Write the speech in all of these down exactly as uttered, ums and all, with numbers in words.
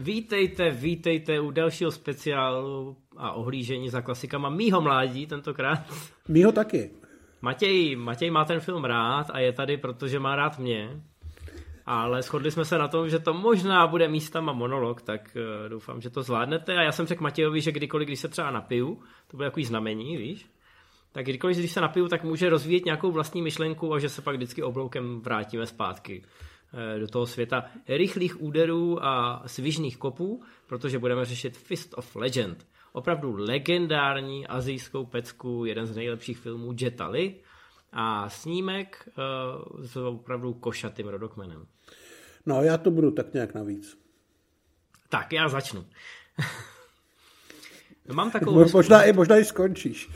Vítejte, vítejte u dalšího speciálu a ohlížení za klasikama mýho mládí tentokrát. Mýho taky. Matěj, Matěj má ten film rád a je tady, protože má rád mě. Ale shodli jsme se na tom, že to možná bude místama monolog, tak uh, doufám, že to zvládnete. A já jsem řekl Matějovi, že kdykoliv, když se třeba napiju, to bude takový znamení, víš? Tak kdykoliv, když se napiju, tak může rozvíjet nějakou vlastní myšlenku a že se pak vždycky obloukem vrátíme zpátky do toho světa rychlých úderů a svižných kopů, protože budeme řešit Fist of Legend. Opravdu legendární asijskou pecku, jeden z nejlepších filmů Jeta Li a snímek uh, s opravdu košatým rodokmenem. No já to budu tak nějak navíc. Tak já začnu. Mám takovou hezkou... možná, i, možná i skončíš.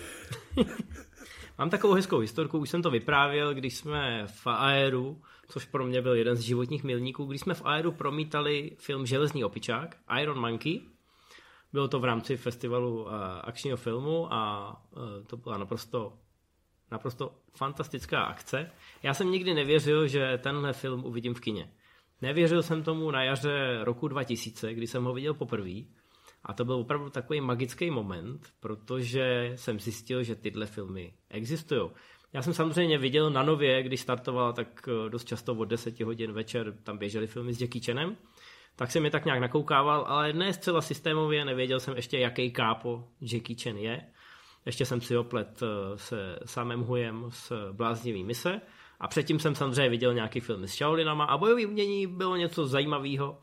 Mám takovou hezkou historku, už jsem to vyprávěl, když jsme v Aeru, což pro mě byl jeden z životních milníků, když jsme v Aeru promítali film Železný opičák, Iron Monkey. Bylo to v rámci festivalu uh, akčního filmu a uh, to byla naprosto, naprosto fantastická akce. Já jsem nikdy nevěřil, že tenhle film uvidím v kině. Nevěřil jsem tomu na jaře roku dva tisíce, kdy jsem ho viděl poprvé. A to byl opravdu takový magický moment, protože jsem zjistil, že tyhle filmy existují. Já jsem samozřejmě viděl na Nově, když startovala, tak dost často od deseti hodin večer tam běžely filmy s Jackie Chanem, tak jsem je tak nějak nakoukával, ale ne zcela systémově, nevěděl jsem ještě, jaký kápo Jackie Chan je. Ještě jsem si oplet se Samem Hujem z Bláznivý mise a předtím jsem samozřejmě viděl nějaký filmy s Shaolinama a bojový umění bylo něco zajímavého.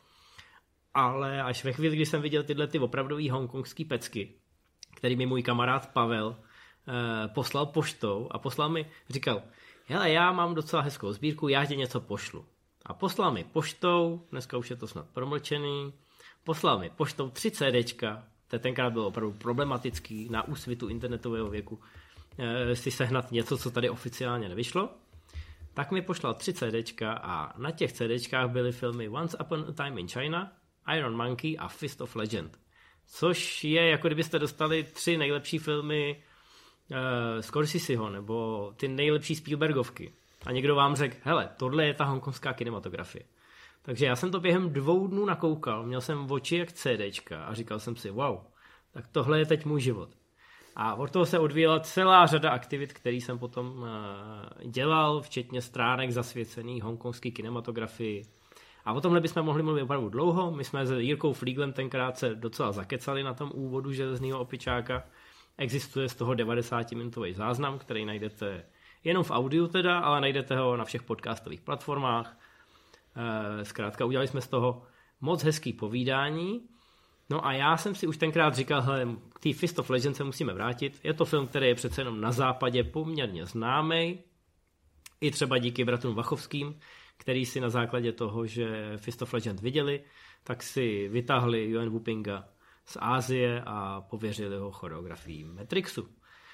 Ale až ve chvíli, kdy jsem viděl tyhle ty opravdový hongkongský pecky, který mi můj kamarád Pavel eh, poslal poštou a poslal mi, říkal, hele, já mám docela hezkou sbírku, já ti něco pošlu. A poslal mi poštou, dneska už je to snad promlčený, poslal mi poštou tři CDčka, to tenkrát bylo opravdu problematický na úsvitu internetového věku, eh, si sehnat něco, co tady oficiálně nevyšlo. Tak mi poslal tři CDčka a na těch CDčkách byly filmy Once Upon a Time in China, Iron Monkey a Fist of Legend. Což je, jako kdybyste dostali tři nejlepší filmy uh, Scorseseho, nebo ty nejlepší Spielbergovky. A někdo vám řekl, hele, tohle je ta hongkongská kinematografie. Takže já jsem to během dvou dnů nakoukal, měl jsem oči jak CDčka a říkal jsem si, wow, tak tohle je teď můj život. A od toho se odvíjela celá řada aktivit, které jsem potom uh, dělal, včetně stránek zasvěcených hongkongské kinematografii. A o tomhle bychom mohli mluvit opravdu dlouho. My jsme s Jirkou Flíglem tenkrát se docela zakecali na tom úvodu Železného opičáka. Existuje z toho devadesátiminitový záznam, který najdete jenom v audiu teda, ale najdete ho na všech podcastových platformách. Zkrátka udělali jsme z toho moc hezký povídání. No a já jsem si už tenkrát říkal, hele, k té Fist of Legend se musíme vrátit. Je to film, který je přece jenom na západě poměrně známý. I třeba díky bratrům Wachowským, který si na základě toho, že Fist of Legend viděli, tak si vytáhli Yuan Wupinga z Asie a pověřili ho choreografií Matrixu.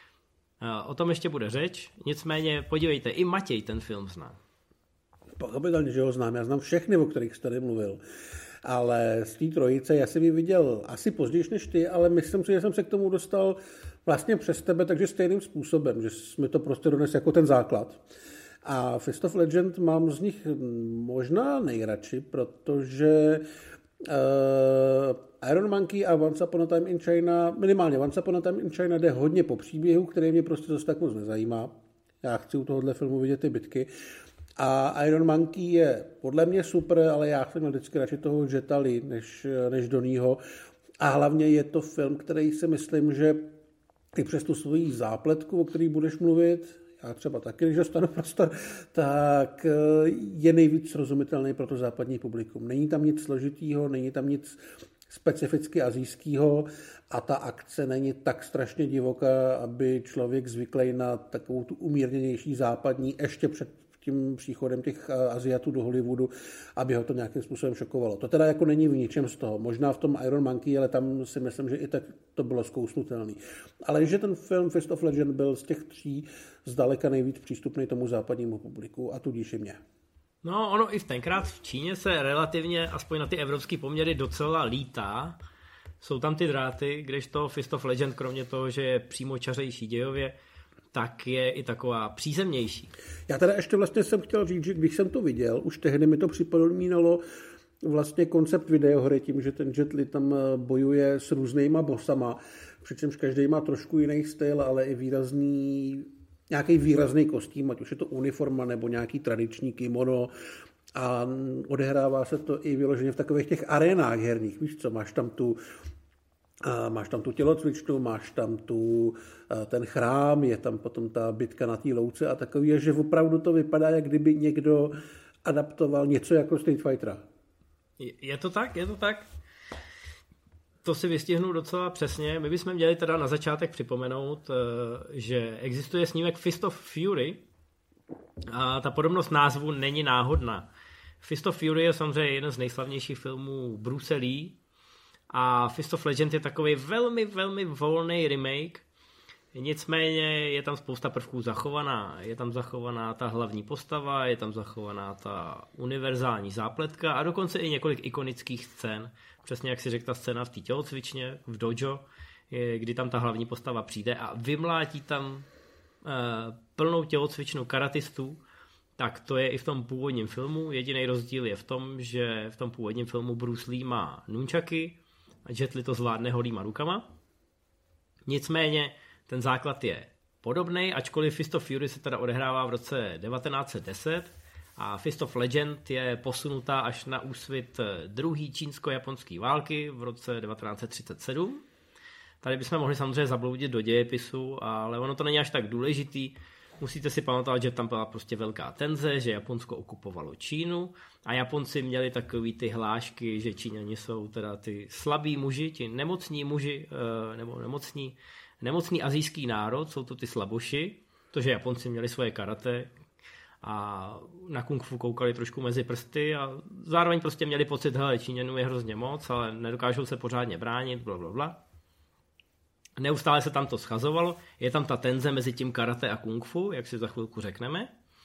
O tom ještě bude řeč, nicméně podívejte, i Matěj ten film zná. Pochopitelně, že ho znám, já znám všechny, o kterých jsi tady mluvil. Ale z té trojice já jsem ji viděl asi později než ty, ale myslím si, že jsem se k tomu dostal vlastně přes tebe, takže stejným způsobem, že jsi mi to prostě dones jako ten základ. A Fist of Legend mám z nich možná nejradši, protože uh, Iron Monkey a Once Upon a Time in China, minimálně Once Upon a Time in China jde hodně po příběhu, který mě prostě zase tak moc nezajímá. Já chci u tohohle filmu vidět ty bitky. A Iron Monkey je podle mě super, ale já jsem měl vždycky radši toho Jeta Li než, než Donnieho. A hlavně je to film, který si myslím, že i přes tu svoji zápletku, o který budeš mluvit, já třeba taky, když dostanu prostor, tak je nejvíc srozumitelný pro to západní publikum. Není tam nic složitýho, není tam nic specificky asijského a ta akce není tak strašně divoká, aby člověk zvyklý na takovou tu umírněnější západní ještě před tím příchodem těch Aziatů do Hollywoodu, aby ho to nějakým způsobem šokovalo. To teda jako není v ničem z toho. Možná v tom Iron Monkey, ale tam si myslím, že i tak to bylo zkousnutelný. Ale že ten film Fist of Legend byl z těch tří zdaleka nejvíc přístupný tomu západnímu publiku a tudíž i mě. No, ono i v tenkrát v Číně se relativně, aspoň na ty evropské poměry, docela lítá. Jsou tam ty dráty, kdežto Fist of Legend, kromě toho, že je přímočařejší dějově, tak je i taková přízemnější. Já teda ještě vlastně jsem chtěl říct, že když jsem to viděl, už tehdy mi to připomínalo vlastně koncept videohry tím, že ten Jet Li tam bojuje s různýma bossama, přičemž každý má trošku jiný styl, ale i výrazný, nějaký výrazný kostým, ať už je to uniforma nebo nějaký tradiční kimono, a odehrává se to i vyloženě v takových těch arénách herních, víš co, máš tam tu máš tam tu tělocvičnu, máš tam tu, ten chrám, je tam potom ta bitka na té louce a takový, že opravdu to vypadá, jak kdyby někdo adaptoval něco jako Street Fightera. Je to tak, je to tak. To si vystihnu docela přesně. My bychom měli teda na začátek připomenout, že existuje snímek Fist of Fury a ta podobnost názvu není náhodná. Fist of Fury je samozřejmě jeden z nejslavnějších filmů Bruce Lee a Fist of Legend je takový velmi, velmi volný remake. Nicméně je tam spousta prvků zachovaná. Je tam zachovaná ta hlavní postava, je tam zachovaná ta univerzální zápletka a dokonce i několik ikonických scén. Přesně jak si řekl, ta scéna v té tělocvičně, v dojo, kdy tam ta hlavní postava přijde a vymlátí tam uh, plnou tělocvičnu karatistů, tak to je i v tom původním filmu. Jediný rozdíl je v tom, že v tom původním filmu Bruce Lee má nunchaky a Jet Li to zvládne holýma rukama. Nicméně ten základ je podobný, ačkoliv Fist of Fury se teda odehrává v roce devatenáct set deset a Fist of Legend je posunutá až na úsvit druhé čínsko-japonské války v roce devatenáct set třicet sedm. Tady bychom mohli samozřejmě zabloudit do dějepisu, ale ono to není až tak důležitý. Musíte si pamatovat, že tam byla prostě velká tenze, že Japonsko okupovalo Čínu a Japonci měli takový ty hlášky, že Číňani jsou teda ty slabí muži, ti nemocní muži, nebo nemocní, nemocný asijský národ, jsou to ty slaboši, protože Japonci měli svoje karate a na kung fu koukali trošku mezi prsty a zároveň prostě měli pocit, hele, Číňanů je hrozně moc, ale nedokážou se pořádně bránit, blablabla. Neustále se tam to schazovalo, je tam ta tenze mezi tím karate a kung fu, jak si za chvilku řekneme.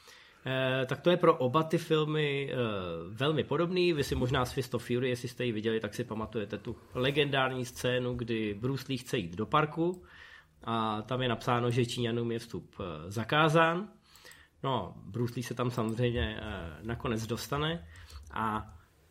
E, tak to je pro oba ty filmy e, velmi podobný. Vy si možná z Fist of Fury, jestli jste ji viděli, tak si pamatujete tu legendární scénu, kdy Bruce Lee chce jít do parku a tam je napsáno, že Číňanům je vstup e, zakázán. No, Bruce Lee se tam samozřejmě e, nakonec dostane a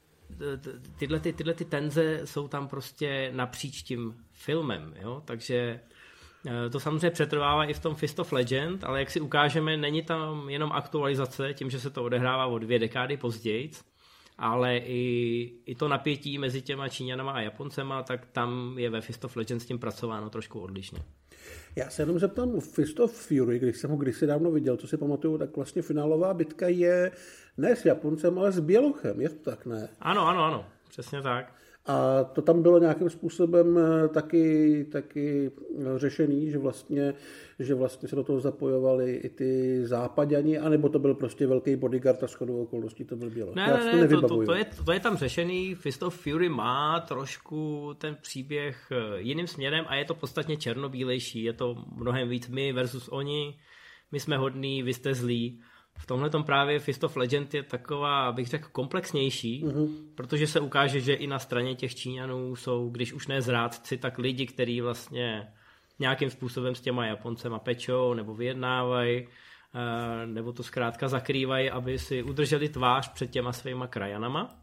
Tyhle, ty, tyhle ty tenze jsou tam prostě napříč tím filmem, jo? Takže to samozřejmě přetrvává i v tom Fist of Legend, ale jak si ukážeme, není tam jenom aktualizace tím, že se to odehrává o dvě dekády později, ale i, i to napětí mezi těma Číňanama a Japoncema, tak tam je ve Fist of Legend s tím pracováno trošku odlišně. Já se jenom zeptám, Fist of Fury, když jsem ho kdysi dávno viděl, co si pamatuju, tak vlastně finálová bitka je ne s Japoncem, ale s Bělochem, je to tak, ne? Ano, ano, ano, přesně tak. A to tam bylo nějakým způsobem taky, taky řešený, že vlastně, že vlastně se do toho zapojovali i ty Zápaďani, anebo to byl prostě velký bodyguard a shodou okolností to byl Běloch. Ne, ne, ne, to, to, to, je, to je tam řešený. Fist of Fury má trošku ten příběh jiným směrem a je to podstatně černobílejší. Je to mnohem víc my versus oni. My jsme hodní, vy jste zlí. V tomhletom právě Fist of Legend je taková, bych řekl, komplexnější, mm-hmm. protože se ukáže, že i na straně těch Číňanů jsou, když už ne zrádci, tak lidi, kteří vlastně nějakým způsobem s těma Japoncema pečou nebo vyjednávají, nebo to zkrátka zakrývají, aby si udrželi tvář před těma svýma krajanama.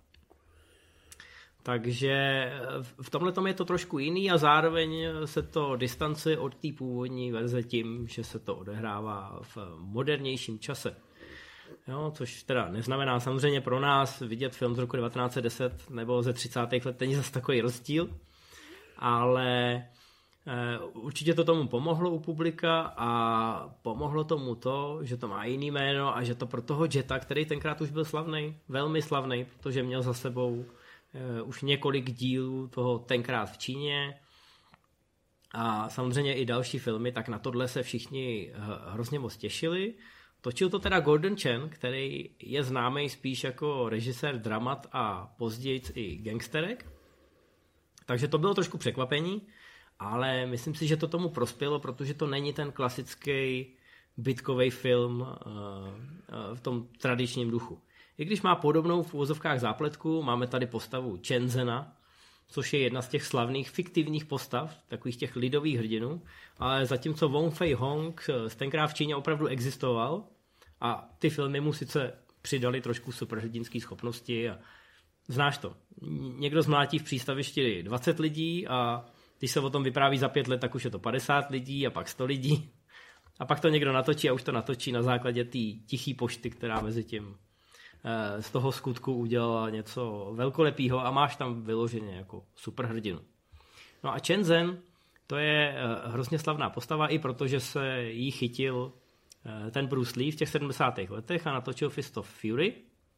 Takže v tomhletom je to trošku jiný a zároveň se to distancuje od té původní verze tím, že se to odehrává v modernějším čase. Jo, což teda neznamená samozřejmě pro nás vidět film z roku devatenáct set deset nebo ze třicátých let, není zase takový rozdíl, ale e, určitě to tomu pomohlo u publika a pomohlo tomu to, že to má jiný jméno a že to pro toho Jeta, který tenkrát už byl slavný, velmi slavný, protože měl za sebou e, už několik dílů toho tenkrát v Číně a samozřejmě i další filmy, tak na tohle se všichni hrozně moc těšili. Točil to teda Gordon Chan, který je známý spíš jako režisér dramat a později i gangsterek. Takže to bylo trošku překvapení, ale myslím si, že to tomu prospělo, protože to není ten klasický bitkový film v tom tradičním duchu. I když má podobnou v uvozovkách zápletku, máme tady postavu Chenzena, což je jedna z těch slavných fiktivních postav, takových těch lidových hrdinů, ale zatímco Wong Fei Hong tenkrát v Číně opravdu existoval a ty filmy mu sice přidali trošku superhrdinské schopnosti a znáš to. Někdo zmlátí v přístavišti dvacet lidí a když se o tom vypráví za pět let, tak už je to padesát lidí a pak sto lidí. A pak to někdo natočí a už to natočí na základě té tichý pošty, která mezi tím z toho skutku udělala něco velkolepého a máš tam vyloženě jako superhrdinu. No a Chen Zhen, to je hrozně slavná postava, i protože se jí chytil ten Bruce Lee v těch sedmdesátých letech a natočil Fist of Fury.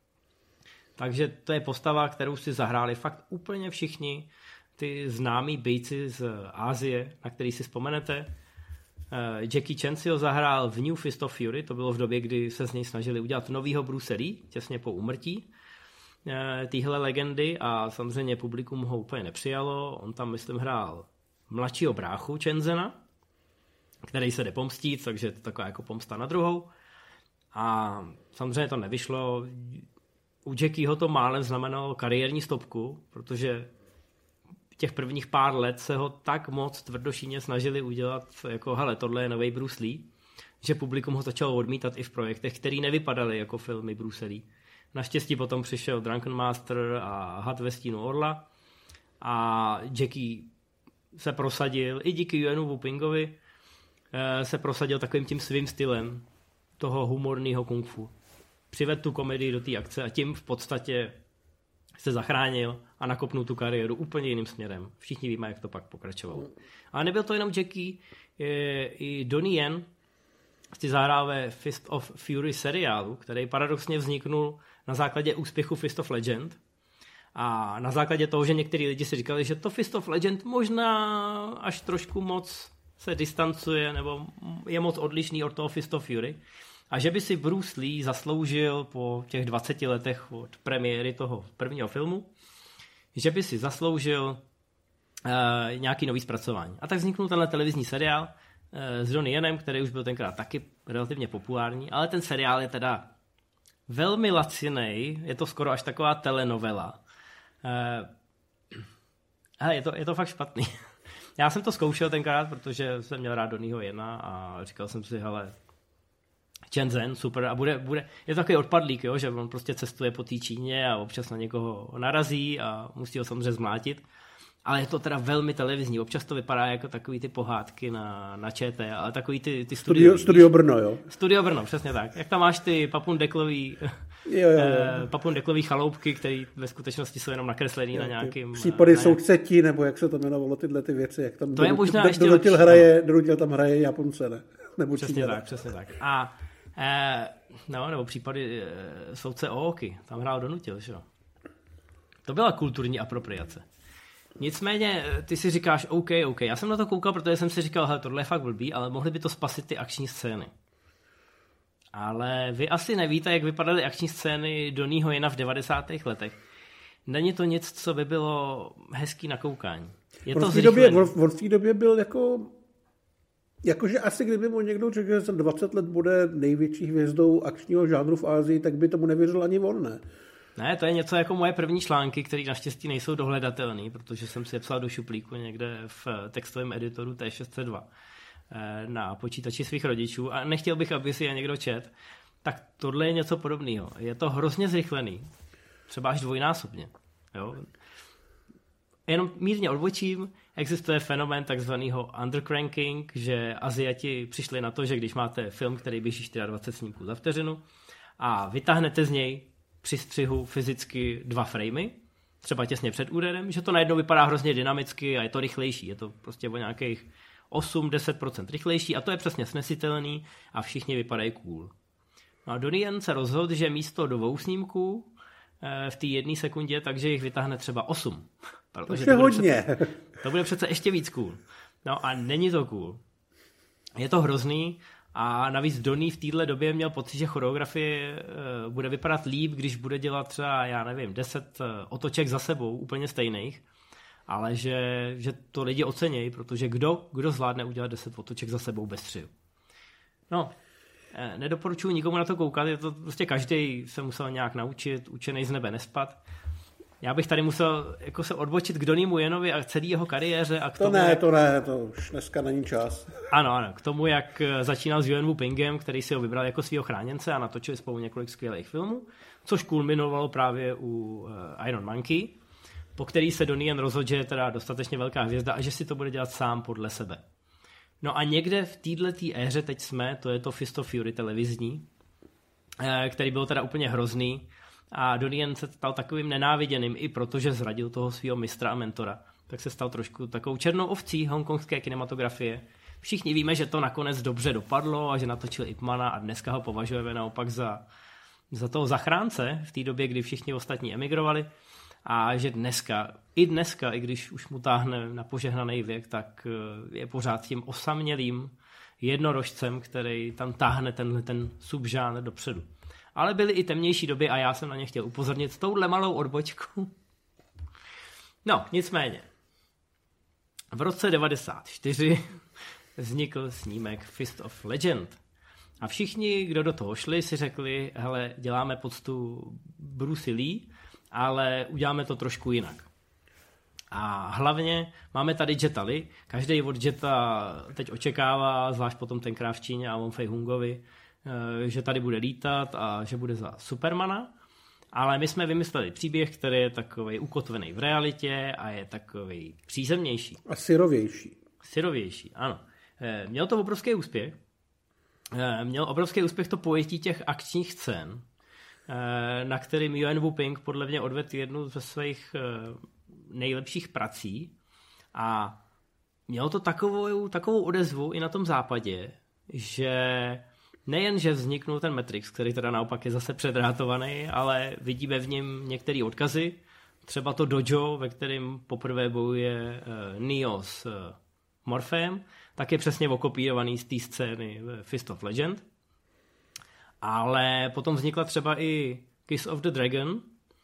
Takže to je postava, kterou si zahráli fakt úplně všichni ty známí bejci z Asie, na který si vzpomenete. Jackie Chan si ho zahrál v New Fist of Fury, to bylo v době, kdy se z něj snažili udělat novýho Bruce Lee, těsně po úmrtí téhle legendy a samozřejmě publikum ho úplně nepřijalo. On tam, myslím, hrál mladšího bráchu Chen Zhena, který se jde pomstít, takže to taková jako pomsta na druhou. A samozřejmě to nevyšlo. U Jackieho to málem znamenalo kariérní stopku, protože těch prvních pár let se ho tak moc tvrdošíně snažili udělat jako hele, tohle je novej Bruce Lee, že publikum ho začalo odmítat i v projektech, který nevypadaly jako filmy Bruce Lee. Naštěstí potom přišel Drunken Master a Had ve stínu orla a Jackie se prosadil, i díky Yuenu Wu Pingovi se prosadil takovým tím svým stylem toho humorného kung fu. Přivedl tu komedii do té akce a tím v podstatě se zachránil a nakopnul tu kariéru úplně jiným směrem. Všichni víme, jak to pak pokračovalo. Ale nebyl to jenom Jackie, i Donnie Yen si zahrál ve Fist of Fury seriálu, který paradoxně vzniknul na základě úspěchu Fist of Legend a na základě toho, že některý lidi si říkali, že to Fist of Legend možná až trošku moc se distancuje nebo je moc odlišný od toho Fist of Fury a že by si Bruce Lee zasloužil po těch dvaceti letech od premiéry toho prvního filmu, že by si zasloužil uh, nějaký nový zpracování. A tak vzniknul tenhle televizní seriál uh, s Donnie Yenem, který už byl tenkrát taky relativně populární, ale ten seriál je teda velmi lacinej, je to skoro až taková telenovela. Uh, hele, je to, je to fakt špatný. Já jsem to zkoušel tenkrát, protože jsem měl rád Donnieho Yena a říkal jsem si, hele, Chen Zhen, super, a bude, bude, je to takový odpadlík, jo, že on prostě cestuje po té Číně a občas na někoho narazí a musí ho samozřejmě zmlátit, ale je to teda velmi televizní, občas to vypadá jako takový ty pohádky na, na ČT, ale takový ty, ty studio, studio, studio Brno, jo? Studio Brno, přesně tak. Jak tam máš ty papundeklový, jo, jo, jo. eh, papundeklový chaloupky, které ve skutečnosti jsou jenom nakreslený jo, na nějakým... Případy soudceti, nebo jak se to jmenovalo, tyhle ty věci, jak tam to je možná do, ještě donutil, hraje, donutil tam hraje Japonce, ne? Nebo přesně Číňana. tak, přesně tak. A Eh, no, nebo případy eh, soudce Ooky, tam hrál donutil, že jo. To byla kulturní apropriace. Nicméně, ty si říkáš, OK, OK, já jsem na to koukal, protože jsem si říkal, hele, tohle je fakt blbý, ale mohli by to spasit ty akční scény. Ale vy asi nevíte, jak vypadaly akční scény Donnieho Yena v devadesátých letech. Není to nic, co by bylo hezký na koukání. Je on to v té době, on v té době byl jako... Jakože asi kdyby mu někdo řekl, že za dvacet let bude největší hvězdou akčního žánru v Asii, tak by tomu nevěřil ani on, ne? Ne, to je něco jako moje první články, které naštěstí nejsou dohledatelné, protože jsem si je psal do šuplíku někde v textovém editoru T šest set dva na počítači svých rodičů a nechtěl bych, aby si je někdo čet. Tak tohle je něco podobného. Je to hrozně zrychlený, třeba až dvojnásobně. Jo? Jenom mírně odbočím, existuje fenomén takzvaného undercranking, že Aziati přišli na to, že když máte film, který běží dvacet čtyři snímků za vteřinu a vytáhnete z něj při střihu fyzicky dva framey, třeba těsně před úderem, že to najednou vypadá hrozně dynamicky a je to rychlejší. Je to prostě o nějakých osm až deset procent rychlejší a to je přesně snesitelný a všichni vypadají cool. No a Donnie Yen se rozhodl, že místo dvou snímků v té jedné sekundě, takže jich vytáhne třeba osm. Protože to je to hodně. Přece, to bude přece ještě víc cool. No a není to cool. Je to hrozný a navíc Donnie v téhle době měl pocit, že choreografie bude vypadat líp, když bude dělat třeba, já nevím, deset otoček za sebou, úplně stejných, ale že, že to lidi ocenějí, protože kdo, kdo zvládne udělat deset otoček za sebou bez střihu. No, nedoporučuji nikomu na to koukat, je to prostě každý se musel nějak naučit, učenej z nebe nespat. Já bych tady musel jako se odbočit k Donniemu Yenovi a celý jeho kariéře. A k to tomu, ne, jak... to ne, to už dneska není čas. Ano, ano, k tomu, jak začínal s Yuen Woo-pingem, který si ho vybral jako svého chráněnce a natočili spolu několik skvělých filmů, což kulminovalo právě u uh, Iron Monkey, po který se Donnie Yen rozhodl, že je teda dostatečně velká hvězda a že si to bude dělat sám podle sebe. No a někde v této éře teď jsme, to je to Fist of Fury televizní, který byl teda úplně hrozný a Donnie Yen se stal takovým nenáviděným i protože zradil toho svého mistra a mentora. Tak se stal trošku takovou černou ovcí hongkongské kinematografie. Všichni víme, že to nakonec dobře dopadlo a že natočil Ip Mana a dneska ho považujeme naopak za, za toho zachránce v té době, kdy všichni ostatní emigrovali. A že dneska, i dneska, i když už mu táhne na požehnaný věk, tak je pořád tím osamělým jednorožcem, který tam táhne tenhle ten subžánr dopředu. Ale byly i temnější doby a já jsem na ně chtěl upozornit s touhle malou odbočkou. No, nicméně. V roce devadesát čtyři vznikl snímek Fist of Legend. A všichni, kdo do toho šli, si řekli, hele, děláme poctu Bruce Lee, ale uděláme to trošku jinak. A hlavně máme tady Jeta Li. Každý od Jeta teď očekává, zvlášť potom tenkrát v Číně a Wong Fei-hungovi, že tady bude lítat a že bude za Supermana. Ale my jsme vymysleli příběh, který je takový ukotvený v realitě a je takový přízemnější. A syrovější. Syrovější, ano. Měl to obrovský úspěch. Měl obrovský úspěch to pojetí těch akčních scén, na kterým Yuen Woo-ping podle mě odvedl jednu ze svých nejlepších prací a mělo to takovou, takovou odezvu i na tom západě, že nejen, že vzniknul ten Matrix, který teda naopak je zase předrátovaný, ale vidíme v něm některé odkazy, třeba to dojo, ve kterém poprvé bojuje Neo s Morphem, tak je přesně okopírovaný z té scény Fist of Legend. Ale potom vznikla třeba i Kiss of the Dragon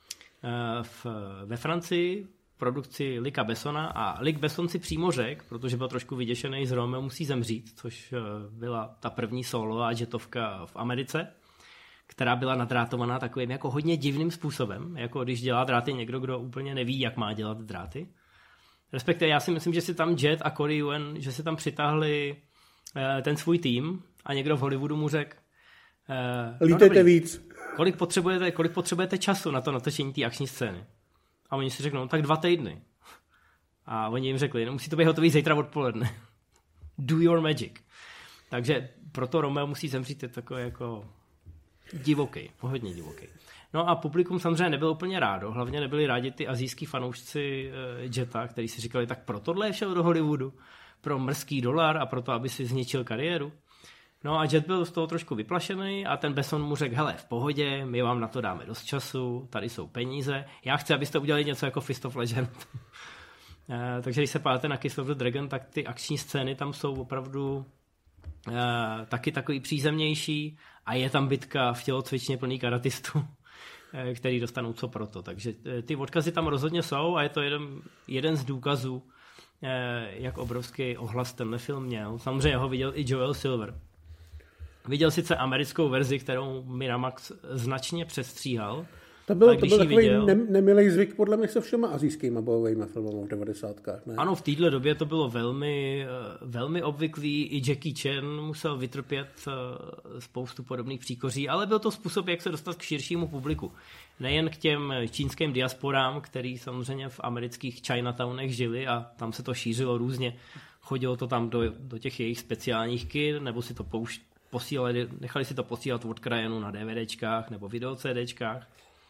v, ve Francii, produkci Luca Bessona a Luc Besson si přímo řekl, protože byl trošku vyděšený z Romeo musí zemřít, což byla ta první solová jetovka v Americe, která byla nadrátovaná takovým jako hodně divným způsobem, jako když dělá dráty někdo, kdo úplně neví, jak má dělat dráty. Respektive já si myslím, že si tam Jet a Corey Yuen, že si tam přitáhli ten svůj tým a někdo v Hollywoodu mu řekl, Uh, Lítejte no víc. Kolik potřebujete, kolik potřebujete času na to natočení té akční scény? A oni si řeknou, tak dva týdny. A oni jim řekli, no musí to být hotový zítra odpoledne. Do your magic. Takže proto Romeo musí zemřít, je takový jako divoký, hodně divoký. No a publikum samozřejmě nebylo úplně rádo, hlavně nebyli rádi ty asijský fanoušci uh, Jeta, kteří si říkali, tak pro tohle je šel do Hollywoodu, pro mrzký dolar a proto, aby si zničil kariéru. No a Jet byl z toho trošku vyplašený a ten Besson mu řekl, hele, v pohodě, my vám na to dáme dost času, tady jsou peníze, já chci, abyste udělali něco jako Fist of Legend. e, takže když se páte na Kiss of the Dragon, tak ty akční scény tam jsou opravdu e, taky takový přízemnější a je tam bitka v tělocvičně plný karatistů, e, který dostanou co proto. Takže e, ty odkazy tam rozhodně jsou a je to jeden, jeden z důkazů, e, jak obrovský ohlas tenhle film měl. Samozřejmě ho viděl i Joel Silver. Viděl sice americkou verzi, kterou Miramax značně přestříhal. To byl, to byl takový viděl... ne, nemilý zvyk podle mě se všema asijskýma bojovými filmy v devadesátkách. Ne? Ano, v téhle době to bylo velmi, velmi obvyklý. I Jackie Chan musel vytrpět spoustu podobných příkoří, ale byl to způsob, jak se dostat k širšímu publiku. Nejen k těm čínským diasporám, který samozřejmě v amerických Chinatownech žili a tam se to šířilo různě. Chodilo to tam do, do těch jejich speciálních kin, nebo si to poušť posílali, nechali si to posílat od krajenu na DVDčkách nebo videocDčkách.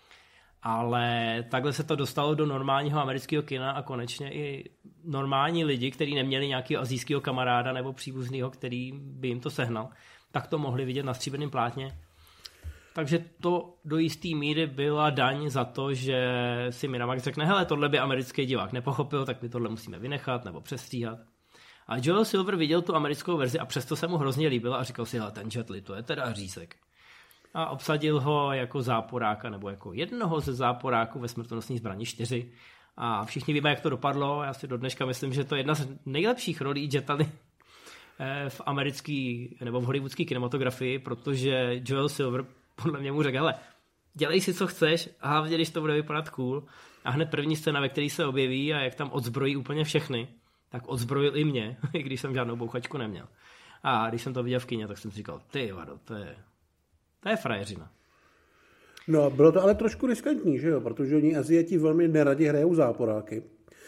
Ale takhle se to dostalo do normálního amerického kina a konečně i normální lidi, kteří neměli nějakého asijského kamaráda nebo příbuzného, který by jim to sehnal, tak to mohli vidět na stříbrném plátně. Takže to do jisté míry byla daň za to, že si Miramax řekne, hele, tohle by americký divák nepochopil, tak my tohle musíme vynechat nebo přestříhat. A Joel Silver viděl tu americkou verzi a přesto se mu hrozně líbila a říkal si, hele, ten Jet Li, to je teda řízek. A obsadil ho jako záporáka nebo jako jednoho ze záporáků ve Smrtonosné zbrani čtyři. A všichni víme, jak to dopadlo. Já si do dneška myslím, že to je jedna z nejlepších rolí Jeta Li v americké nebo v hollywoodské kinematografii, protože Joel Silver podle mě mu řekl, hele, dělej si, co chceš, a hlavně, když to bude vypadat cool. a hned první scéna, ve který se objeví a jak tam odzbrojí úplně všechny, tak odzbrojil i mě, i když jsem žádnou bouchačku neměl. A když jsem to viděl v kině, tak jsem si říkal, ty vado, to je, to je frajeřina. No, bylo to ale trošku riskantní, že jo, protože oni Aziati velmi neradi hrajou záporáky.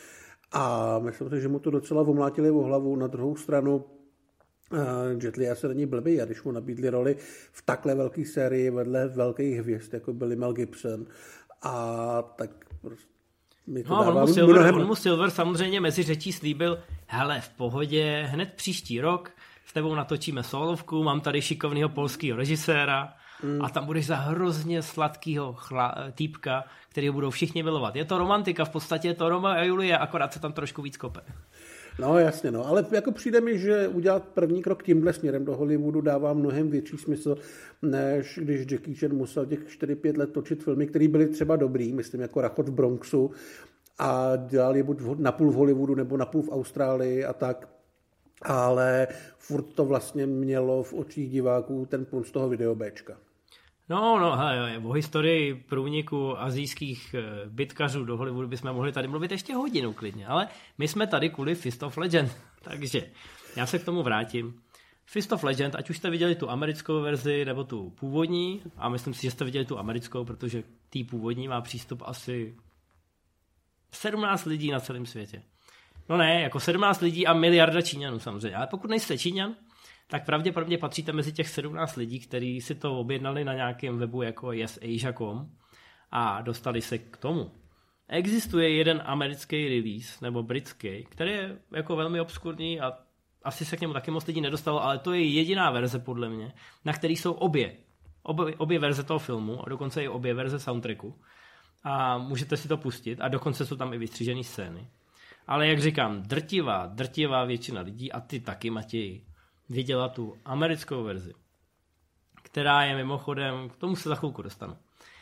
A myslím si, že mu to docela omlátili o hlavu. Na druhou stranu Jet Li asi není blbý, a když mu nabídli roli v takhle velké sérii vedle velkých hvězd, jako byli Mel Gibson, a tak prostě mi to no, dává on mu, Silver, mnohem... on mu Silver samozřejmě mezi řečí slíbil, hele, v pohodě, hned příští rok s tebou natočíme solovku, mám tady šikovného polského režiséra mm. a tam budeš za hrozně sladkýho chla, týpka, kterýho budou všichni milovat. Je to romantika, v podstatě je to Roma a Julie, akorát se tam trošku víc kope. No jasně, no, ale jako přijde mi, že udělat první krok tímhle směrem do Hollywoodu dává mnohem větší smysl, než když Jackie Chan musel těch čtyři pět let točit filmy, které byly třeba dobrý, myslím jako Rachot v Bronxu, a dělal je buď napůl v Hollywoodu nebo napůl v Austrálii a tak, ale furt to vlastně mělo v očích diváků ten punc toho videobéčka. No, no, hele, o historii průniku asijských bitkařů do Hollywoodu bychom mohli tady mluvit ještě hodinu klidně, ale my jsme tady kvůli Fist of Legend, takže já se k tomu vrátím. Fist of Legend, ať už jste viděli tu americkou verzi nebo tu původní, a myslím si, že jste viděli tu americkou, protože tý původní má přístup asi sedmnáct lidí na celém světě. No ne, jako sedmnáct lidí a miliarda Číňanů samozřejmě, ale pokud nejste Číňan, tak pravděpodobně patříte mezi těch sedmnáct lidí, kteří si to objednali na nějakém webu jako yes asia tečka com a dostali se k tomu. Existuje jeden americký release, nebo britský, který je jako velmi obskurní a asi se k němu taky moc lidí nedostalo, ale to je jediná verze podle mě, na který jsou obě, obě, obě verze toho filmu a dokonce i obě verze soundtracku. A můžete si to pustit a dokonce jsou tam i vystřížené scény. Ale jak říkám, drtivá, drtivá většina lidí, a ty taky, Matěji, viděla tu americkou verzi, která je mimochodem, k tomu se za chvilku dostanu.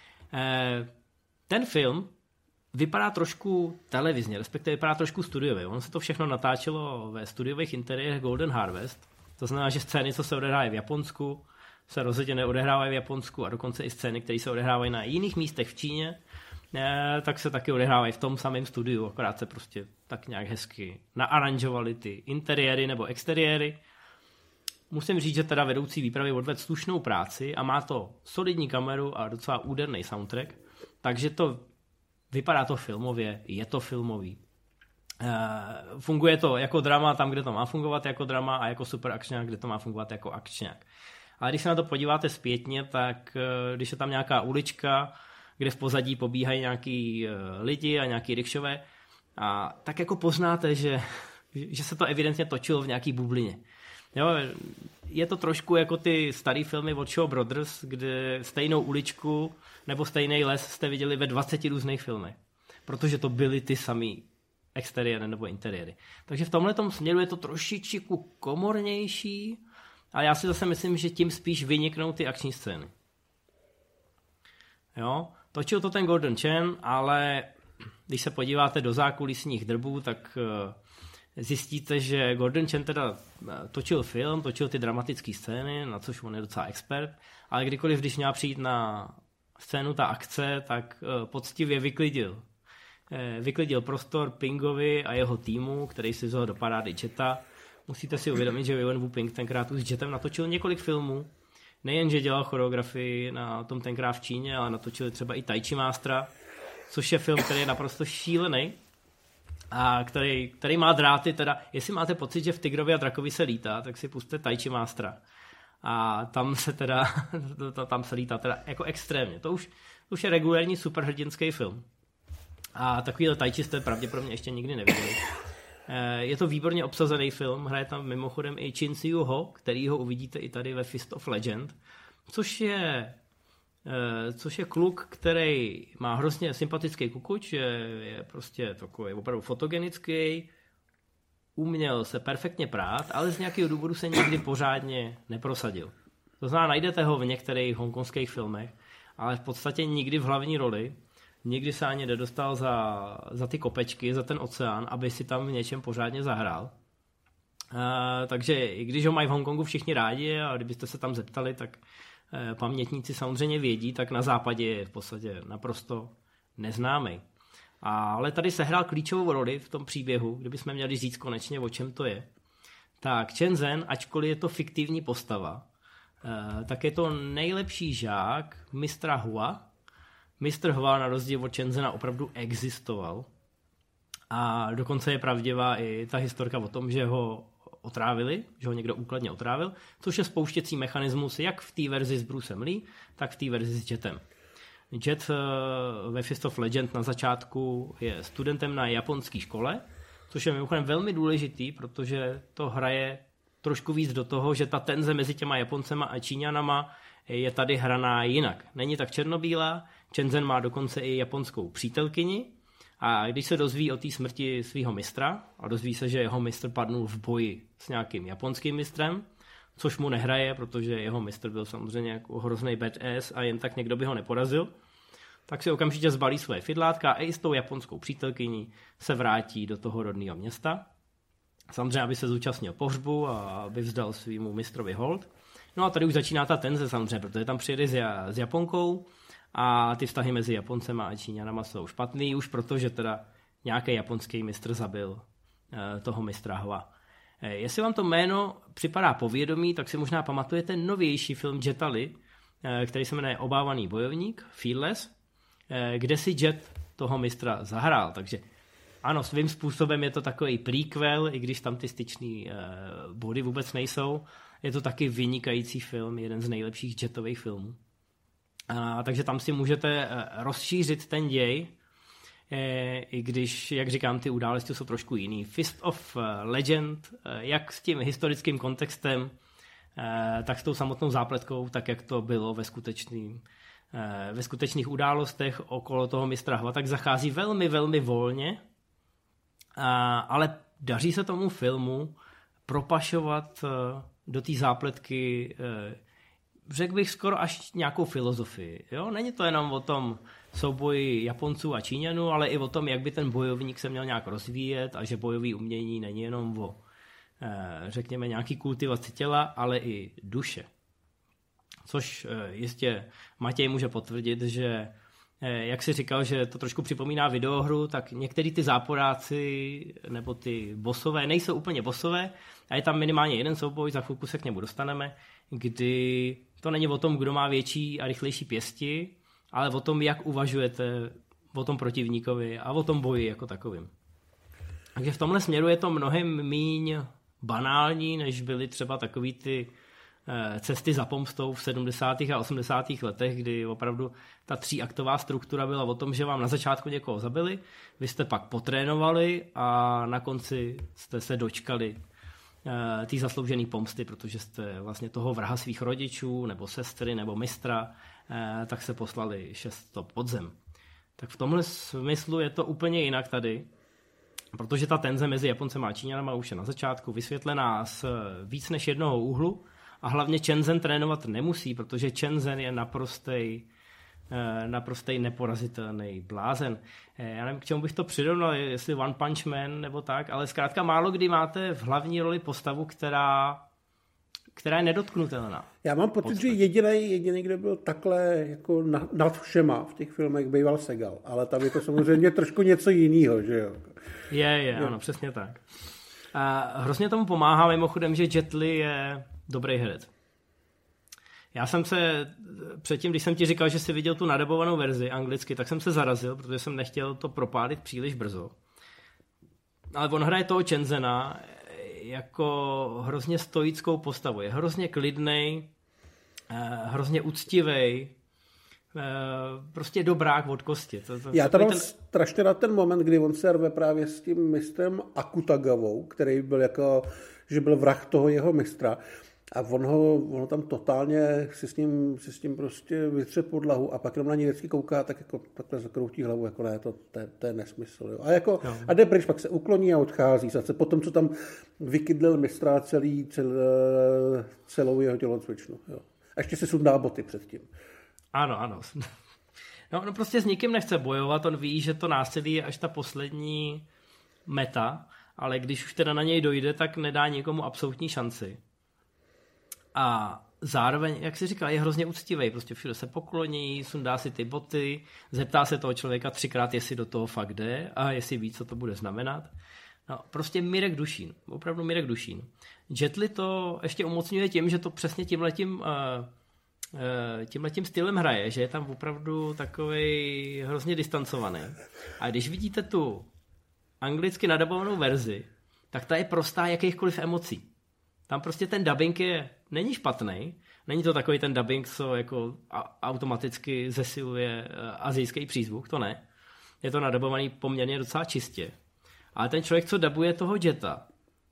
Ten film vypadá trošku televizně, respektive vypadá trošku studiově. Ono se to všechno natáčelo ve studiových interiérech Golden Harvest, to znamená, že scény, co se odehrávají v Japonsku, se rozhodně neodehrávají v Japonsku a dokonce i scény, které se odehrávají na jiných místech v Číně, tak se taky odehrávají v tom samém studiu, akorát se prostě tak nějak hezky naaranžovaly ty interiéry nebo exteriéry. Musím říct, že teda vedoucí výpravy odvedl slušnou práci a má to solidní kameru a docela úderný soundtrack, takže to vypadá to filmově, je to filmový. Uh, funguje to jako drama tam, kde to má fungovat jako drama, a jako super akčňák, kde to má fungovat jako akčňák. Ale když se na to podíváte zpětně, tak uh, když je tam nějaká ulička, kde v pozadí pobíhají nějaký uh, lidi a nějaký rikšové, a tak jako poznáte, že, že se to evidentně točilo v nějaký bublině. Jo, je to trošku jako ty starý filmy od Shaw Brothers, kde stejnou uličku nebo stejný les jste viděli ve dvaceti různých filmech, protože to byly ty samý exteriéry nebo interiéry. Takže v tomhletom směru je to trošičku komornější, ale já si zase myslím, že tím spíš vyniknou ty akční scény. Jo, točil to ten Gordon Chan, ale když se podíváte do zákulisních drbů, tak zjistíte, že Gordon Chan teda točil film, točil ty dramatické scény, na což on je docela expert, ale kdykoliv, když měl přijít na scénu ta akce, tak poctivě vyklidil. Vyklidil prostor Pingovi a jeho týmu, který si vzal do parády Jeta. Musíte si uvědomit, že Yuen Woo-ping tenkrát už s Jetem natočil několik filmů. Nejen, že dělal choreografii na tom tenkrát v Číně, ale natočili třeba i Tai Chi Mastera, což je film, který je naprosto šílený a který, který má dráty, teda, jestli máte pocit, že v Tigrovi a drakovi se lítá, tak si pusťte Tai Chi Mastera. A tam se teda, tam se lítá teda jako extrémně. To už, to už je regulární superhrdinský film. A takovýhle Tai Chi jste pravděpodobně ještě nikdy neviděli. Je to výborně obsazený film, hraje tam mimochodem i Chin Siu Ho, který ho uvidíte i tady ve Fist of Legend, což je, což je kluk, který má hrozně sympatický kukuč, je, je prostě takový opravdu fotogenický, uměl se perfektně prát, ale z nějakého důvodu se nikdy pořádně neprosadil. To znamená, najdete ho v některých hongkongských filmech, ale v podstatě nikdy v hlavní roli. Nikdy se ani nedostal za, za ty kopečky, za ten oceán, aby si tam v něčem pořádně zahrál. Uh, takže i když ho mají v Hongkongu všichni rádi a kdybyste se tam zeptali, tak uh, pamětníci samozřejmě vědí, tak na západě je v podstatě naprosto neznámý. Ale tady sehrál klíčovou roli v tom příběhu, kdybychom měli říct konečně, o čem to je. Tak Chen Zhen, ačkoliv je to fiktivní postava, tak je to nejlepší žák mistra Hua. mistr Hua na rozdíl od Chen Zhena opravdu existoval. A dokonce je pravdivá i ta historka o tom, že ho otrávili, že ho někdo úkladně otrávil, což je spouštěcí mechanismus jak v té verzi s Brucem Lee, tak v té verzi s Jetem. Jet ve Fist of Legend na začátku je studentem na japonské škole, což je mimochodem velmi důležitý, protože to hraje trošku víc do toho, že ta tenze mezi těma Japoncema a Číňanama je tady hraná jinak. Není tak černobílá, Chen Zhen má dokonce i japonskou přítelkyni a když se dozví o té smrti svého mistra a dozví se, že jeho mistr padnul v boji s nějakým japonským mistrem, což mu nehraje, protože jeho mistr byl samozřejmě jako hrozný badass a jen tak někdo by ho neporazil, tak si okamžitě zbalí svoje fidlátka a i s tou japonskou přítelkyní se vrátí do toho rodného města. Samozřejmě, aby se zúčastnil pohřbu a aby vzdal svýmu mistrovi hold. No a tady už začíná ta tenze samozřejmě, protože tam přijede s, s Japonkou a ty vztahy mezi Japoncema a Číňanama jsou špatný, už protože teda nějaký japonský mistr zabil eh, toho mistra Hua. Eh, jestli vám to jméno připadá povědomí, tak si možná pamatujete novější film Jeta Li, eh, který se jmenuje Obávaný bojovník, Fearless, eh, kde si Jet toho mistra zahrál, takže ano, svým způsobem je to takový prequel, i když tam ty styčný eh, body vůbec nejsou. Je to taky vynikající film, jeden z nejlepších Jetových filmů. A, takže tam si můžete rozšířit ten děj, e, i když, jak říkám, ty události jsou trošku jiný. Fist of Legend, e, jak s tím historickým kontextem, e, tak s tou samotnou zápletkou, tak jak to bylo ve, skutečný, e, ve skutečných událostech okolo toho mistra Hua, tak zachází velmi, velmi volně, a, ale daří se tomu filmu propašovat e, do té zápletky e, řekl bych skoro až nějakou filozofii. Jo? Není to jenom o tom souboji Japonců a Číňanů, ale i o tom, jak by ten bojovník se měl nějak rozvíjet a že bojový umění není jenom o, řekněme, nějaký kultivaci těla, ale i duše. Což jistě Matěj může potvrdit, že jak si říkal, že to trošku připomíná videohru, tak některý ty záporáci nebo ty bossové nejsou úplně bossové a je tam minimálně jeden souboj, za chvilku se k němu dostaneme, kdy to není o tom, kdo má větší a rychlejší pěsti, ale o tom, jak uvažujete o tom protivníkovi a o tom boji jako takovým. Takže v tomhle směru je to mnohem míň banální, než byly třeba takový ty cesty za pomstou v sedmdesátých a osmdesátých letech, kdy opravdu ta tříaktová struktura byla o tom, že vám na začátku někoho zabili, vy jste pak potrénovali a na konci jste se dočkali té zasloužené pomsty, protože jste vlastně toho vraha svých rodičů, nebo sestry, nebo mistra, tak se poslali šest stop pod zem. Tak v tomhle smyslu je to úplně jinak tady, protože ta tenze mezi Japoncem a Číňanama už je na začátku vysvětlená z víc než jednoho úhlu a hlavně Chen Zhen trénovat nemusí, protože Chen Zhen je naprostej naprostej neporazitelný blázen. Já nevím, k čemu bych to přirovnal, jestli One Punch Man nebo tak, ale zkrátka málo kdy máte v hlavní roli postavu, která, která je nedotknutelná. Já mám pocit, že jediný, jediný, kdo byl takhle jako nad všema v těch filmech, býval Segal, ale tam je to samozřejmě trošku něco jiného, že jo? Je, je, je. Ano, přesně tak. A hrozně tomu pomáhá mimochodem, že Jet Li je dobrý herec. Já jsem se předtím, když jsem ti říkal, že jsi viděl tu nadabovanou verzi anglicky, tak jsem se zarazil, protože jsem nechtěl to propálit příliš brzo. Ale on hraje toho Chen Zhena jako hrozně stoickou postavu. Je hrozně klidnej, hrozně uctivej, prostě dobrák od kosti. To, to, Já tam mám ten... strašně na ten moment, kdy on se rve právě s tím mistrem Akutagavou, který byl jako, že byl vrah toho jeho mistra. A on ho, on ho tam totálně si s ním, si s ním prostě vytře podlahu a pak jenom na ní vždycky kouká, tak jako takhle zakroutí hlavu, jako ne, to, to, to je nesmysl. Jo. A, jako, no. a jde pryč, pak se ukloní a odchází. Zase potom, co tam vykydlil mistra celý, cel, celou jeho tělocvičnu. Jo. A ještě si sundá boty předtím. Ano, ano. No, no prostě s nikým nechce bojovat, on ví, že to násilí je až ta poslední meta, ale když už teda na něj dojde, tak nedá nikomu absolutní šanci. A zároveň, jak si říká, je hrozně úctivý, prostě všude se pokloní, sundá si ty boty, zeptá se toho člověka třikrát, jestli do toho fakt jde a jestli ví, co to bude znamenat. No, prostě Mirek Dušín, opravdu Mirek Dušín. Jet Li to ještě umocňuje tím, že to přesně tímhletím, uh, uh, tímhletím stylem hraje, že je tam opravdu takovej hrozně distancovaný. A když vidíte tu anglicky nadabovanou verzi, tak ta je prostá jakýchkoliv emocí. Tam prostě ten dubbing je, není špatný, není to takový ten dubbing, co jako automaticky zesiluje asijský přízvuk, to ne. Je to nadabovaný poměrně docela čistě. Ale ten člověk, co dabuje toho Jeta,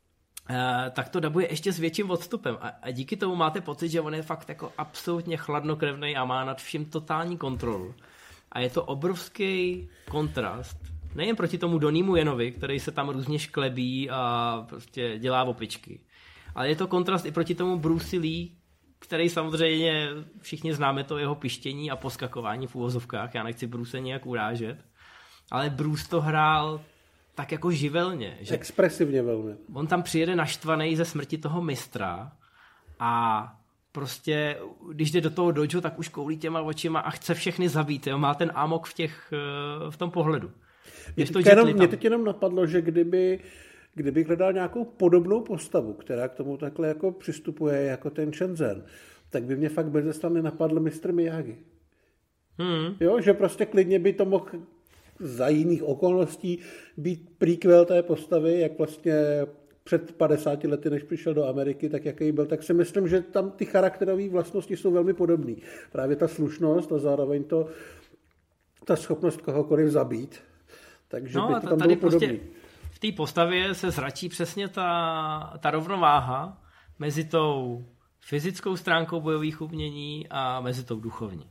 tak to dabuje ještě s větším odstupem. A díky tomu máte pocit, že on je fakt jako absolutně chladnokrevný a má nad vším totální kontrolu. A je to obrovský kontrast. Nejen proti tomu Donnímu Yenovi, který se tam různě šklebí a prostě dělá opičky. Ale je to kontrast i proti tomu Bruce Lee, který samozřejmě všichni známe to jeho pištění a poskakování v úvozovkách. Já nechci Bruce nějak urážet. Ale Bruce to hrál tak jako živelně. Že expresivně velmi. On tam přijede naštvaný ze smrti toho mistra a prostě, když jde do toho dojo, tak už koulí těma očima a chce všechny zabít. Jo? Má ten amok v, těch, v tom pohledu. Mě teď, jenom, mě teď jenom napadlo, že kdyby, kdyby hledal nějakou podobnou postavu, která k tomu takhle jako přistupuje jako ten Shenzhen, tak by mě fakt bez strany napadl mistr Miyagi. Hmm. Jo, že prostě klidně by to mohl za jiných okolností být prequel té postavy, jak vlastně před padesáti lety, než přišel do Ameriky, tak jaký byl, tak si myslím, že tam ty charakterové vlastnosti jsou velmi podobné. Právě ta slušnost a zároveň to, ta schopnost kohokoliv zabít. Takže no, by to tam tady bylo prostě podobný. V té postavě se zračí přesně ta, ta rovnováha mezi tou fyzickou stránkou bojových umění a mezi tou duchovní.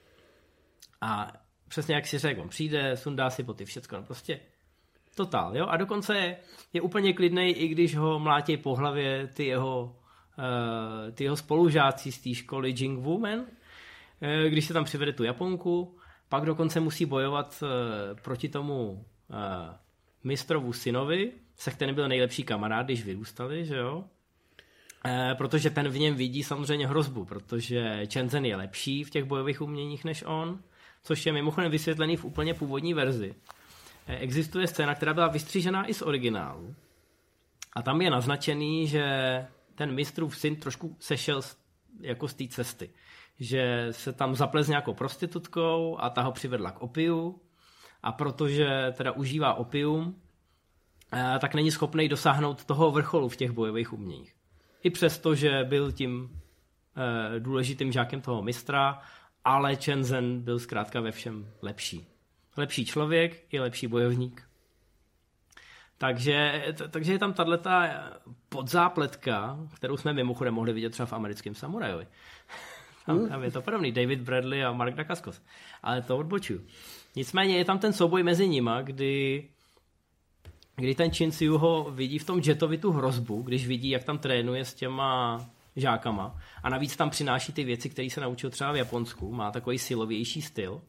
A přesně jak si řekl, on přijde, sundá si boty, všecko, no prostě totál, jo, a dokonce je, je úplně klidnej, i když ho mlátí po hlavě ty jeho, uh, ty jeho spolužáci z té školy Jing Wu Men, uh, když se tam přivede tu Japonku, pak dokonce musí bojovat uh, proti tomu uh, mistrovu synovi, se kterým byl nejlepší kamarád, když vyrůstali, že jo, uh, protože ten v něm vidí samozřejmě hrozbu, protože Shenzhen je lepší v těch bojových uměních než on, což je mimochodem vysvětlený v úplně původní verzi. Existuje scéna, která byla vystřížená i z originálu. A tam je naznačený, že ten mistrův syn trošku sešel jako z té cesty. Že se tam zaplet s nějakou prostitutkou a ta ho přivedla k opiu. A protože teda užívá opium, tak není schopný dosáhnout toho vrcholu v těch bojových uměních. I přesto, že byl tím důležitým žákem toho mistra, ale Shenzhen byl zkrátka ve všem lepší. Lepší člověk i lepší bojovník. Takže, t- takže je tam tato podzápletka, kterou jsme mimochodem mohli vidět třeba v Americkém samurajovi. Tam, tam je to podobný, David Bradley a Mark Dacascos. Ale to odbočuju. Nicméně je tam ten souboj mezi nima, kdy, kdy ten Chin Siu ho vidí v tom Jetovi tu hrozbu, když vidí, jak tam trénuje s těma žákama. A navíc tam přináší ty věci, které se naučil třeba v Japonsku. Má takový silovější styl.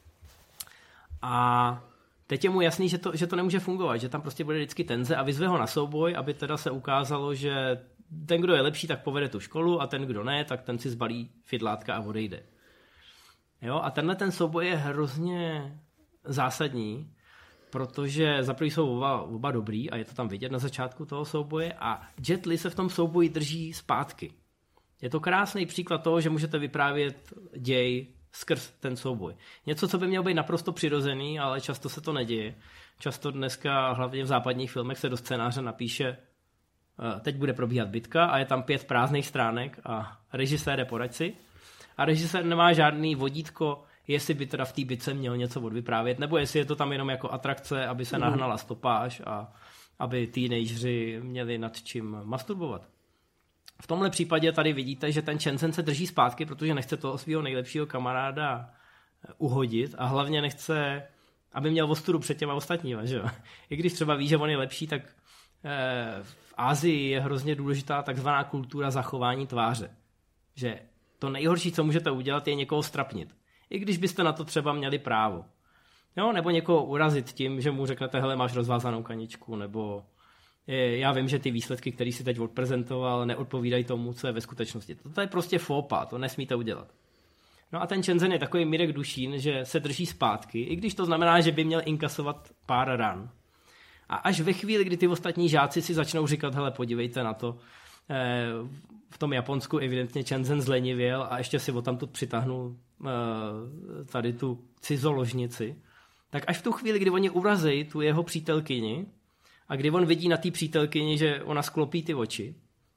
A teď je mu jasný, že to, že to nemůže fungovat, že tam prostě bude vždycky tenze a vyzve ho na souboj, aby teda se ukázalo, že ten, kdo je lepší, tak povede tu školu a ten, kdo ne, tak ten si zbalí fidlátka a odejde. Jo? A tenhle ten souboj je hrozně zásadní, protože za první jsou oba, oba dobrý a je to tam vidět na začátku toho souboje a Jet Li se v tom souboji drží zpátky. Je to krásný příklad toho, že můžete vyprávět děj skrz ten souboj. Něco, co by mělo být naprosto přirozený, ale často se to neděje. Často dneska, hlavně v západních filmech, se do scénáře napíše teď bude probíhat bitka a je tam pět prázdných stránek a režisér je poraď si. A režisér nemá žádný vodítko, jestli by teda v té bitce měl něco odvyprávět, nebo jestli je to tam jenom jako atrakce, aby se nahnala stopáž a aby teenageři měli nad čím masturbovat. V tomhle případě tady vidíte, že ten Shenzhen se drží zpátky, protože nechce toho svého nejlepšího kamaráda uhodit a hlavně nechce, aby měl ostudu před těma ostatníma. Že jo? I když třeba ví, že on je lepší, tak v Asii je hrozně důležitá takzvaná kultura zachování tváře. Že to nejhorší, co můžete udělat, je někoho strapnit. I když byste na to třeba měli právo. Jo? Nebo někoho urazit tím, že mu řeknete, hele, máš rozvázanou kaničku, nebo já vím, že ty výsledky, které si teď odprezentoval, neodpovídají tomu, co je ve skutečnosti. To je prostě fópa, to nesmíte udělat. No a ten Shenzhen je takový Mirek Dušín, že se drží zpátky, i když to znamená, že by měl inkasovat pár ran. A až ve chvíli, kdy ty ostatní žáci si začnou říkat, hele, podívejte na to, v tom Japonsku evidentně Shenzhen zlenivěl a ještě si odtamtud přitáhnul tady tu cizoložnici, tak až v tu chvíli, kdy oni urazí tu jeho přítelkyni a kdy on vidí na té přítelkyni, že ona sklopí ty oči,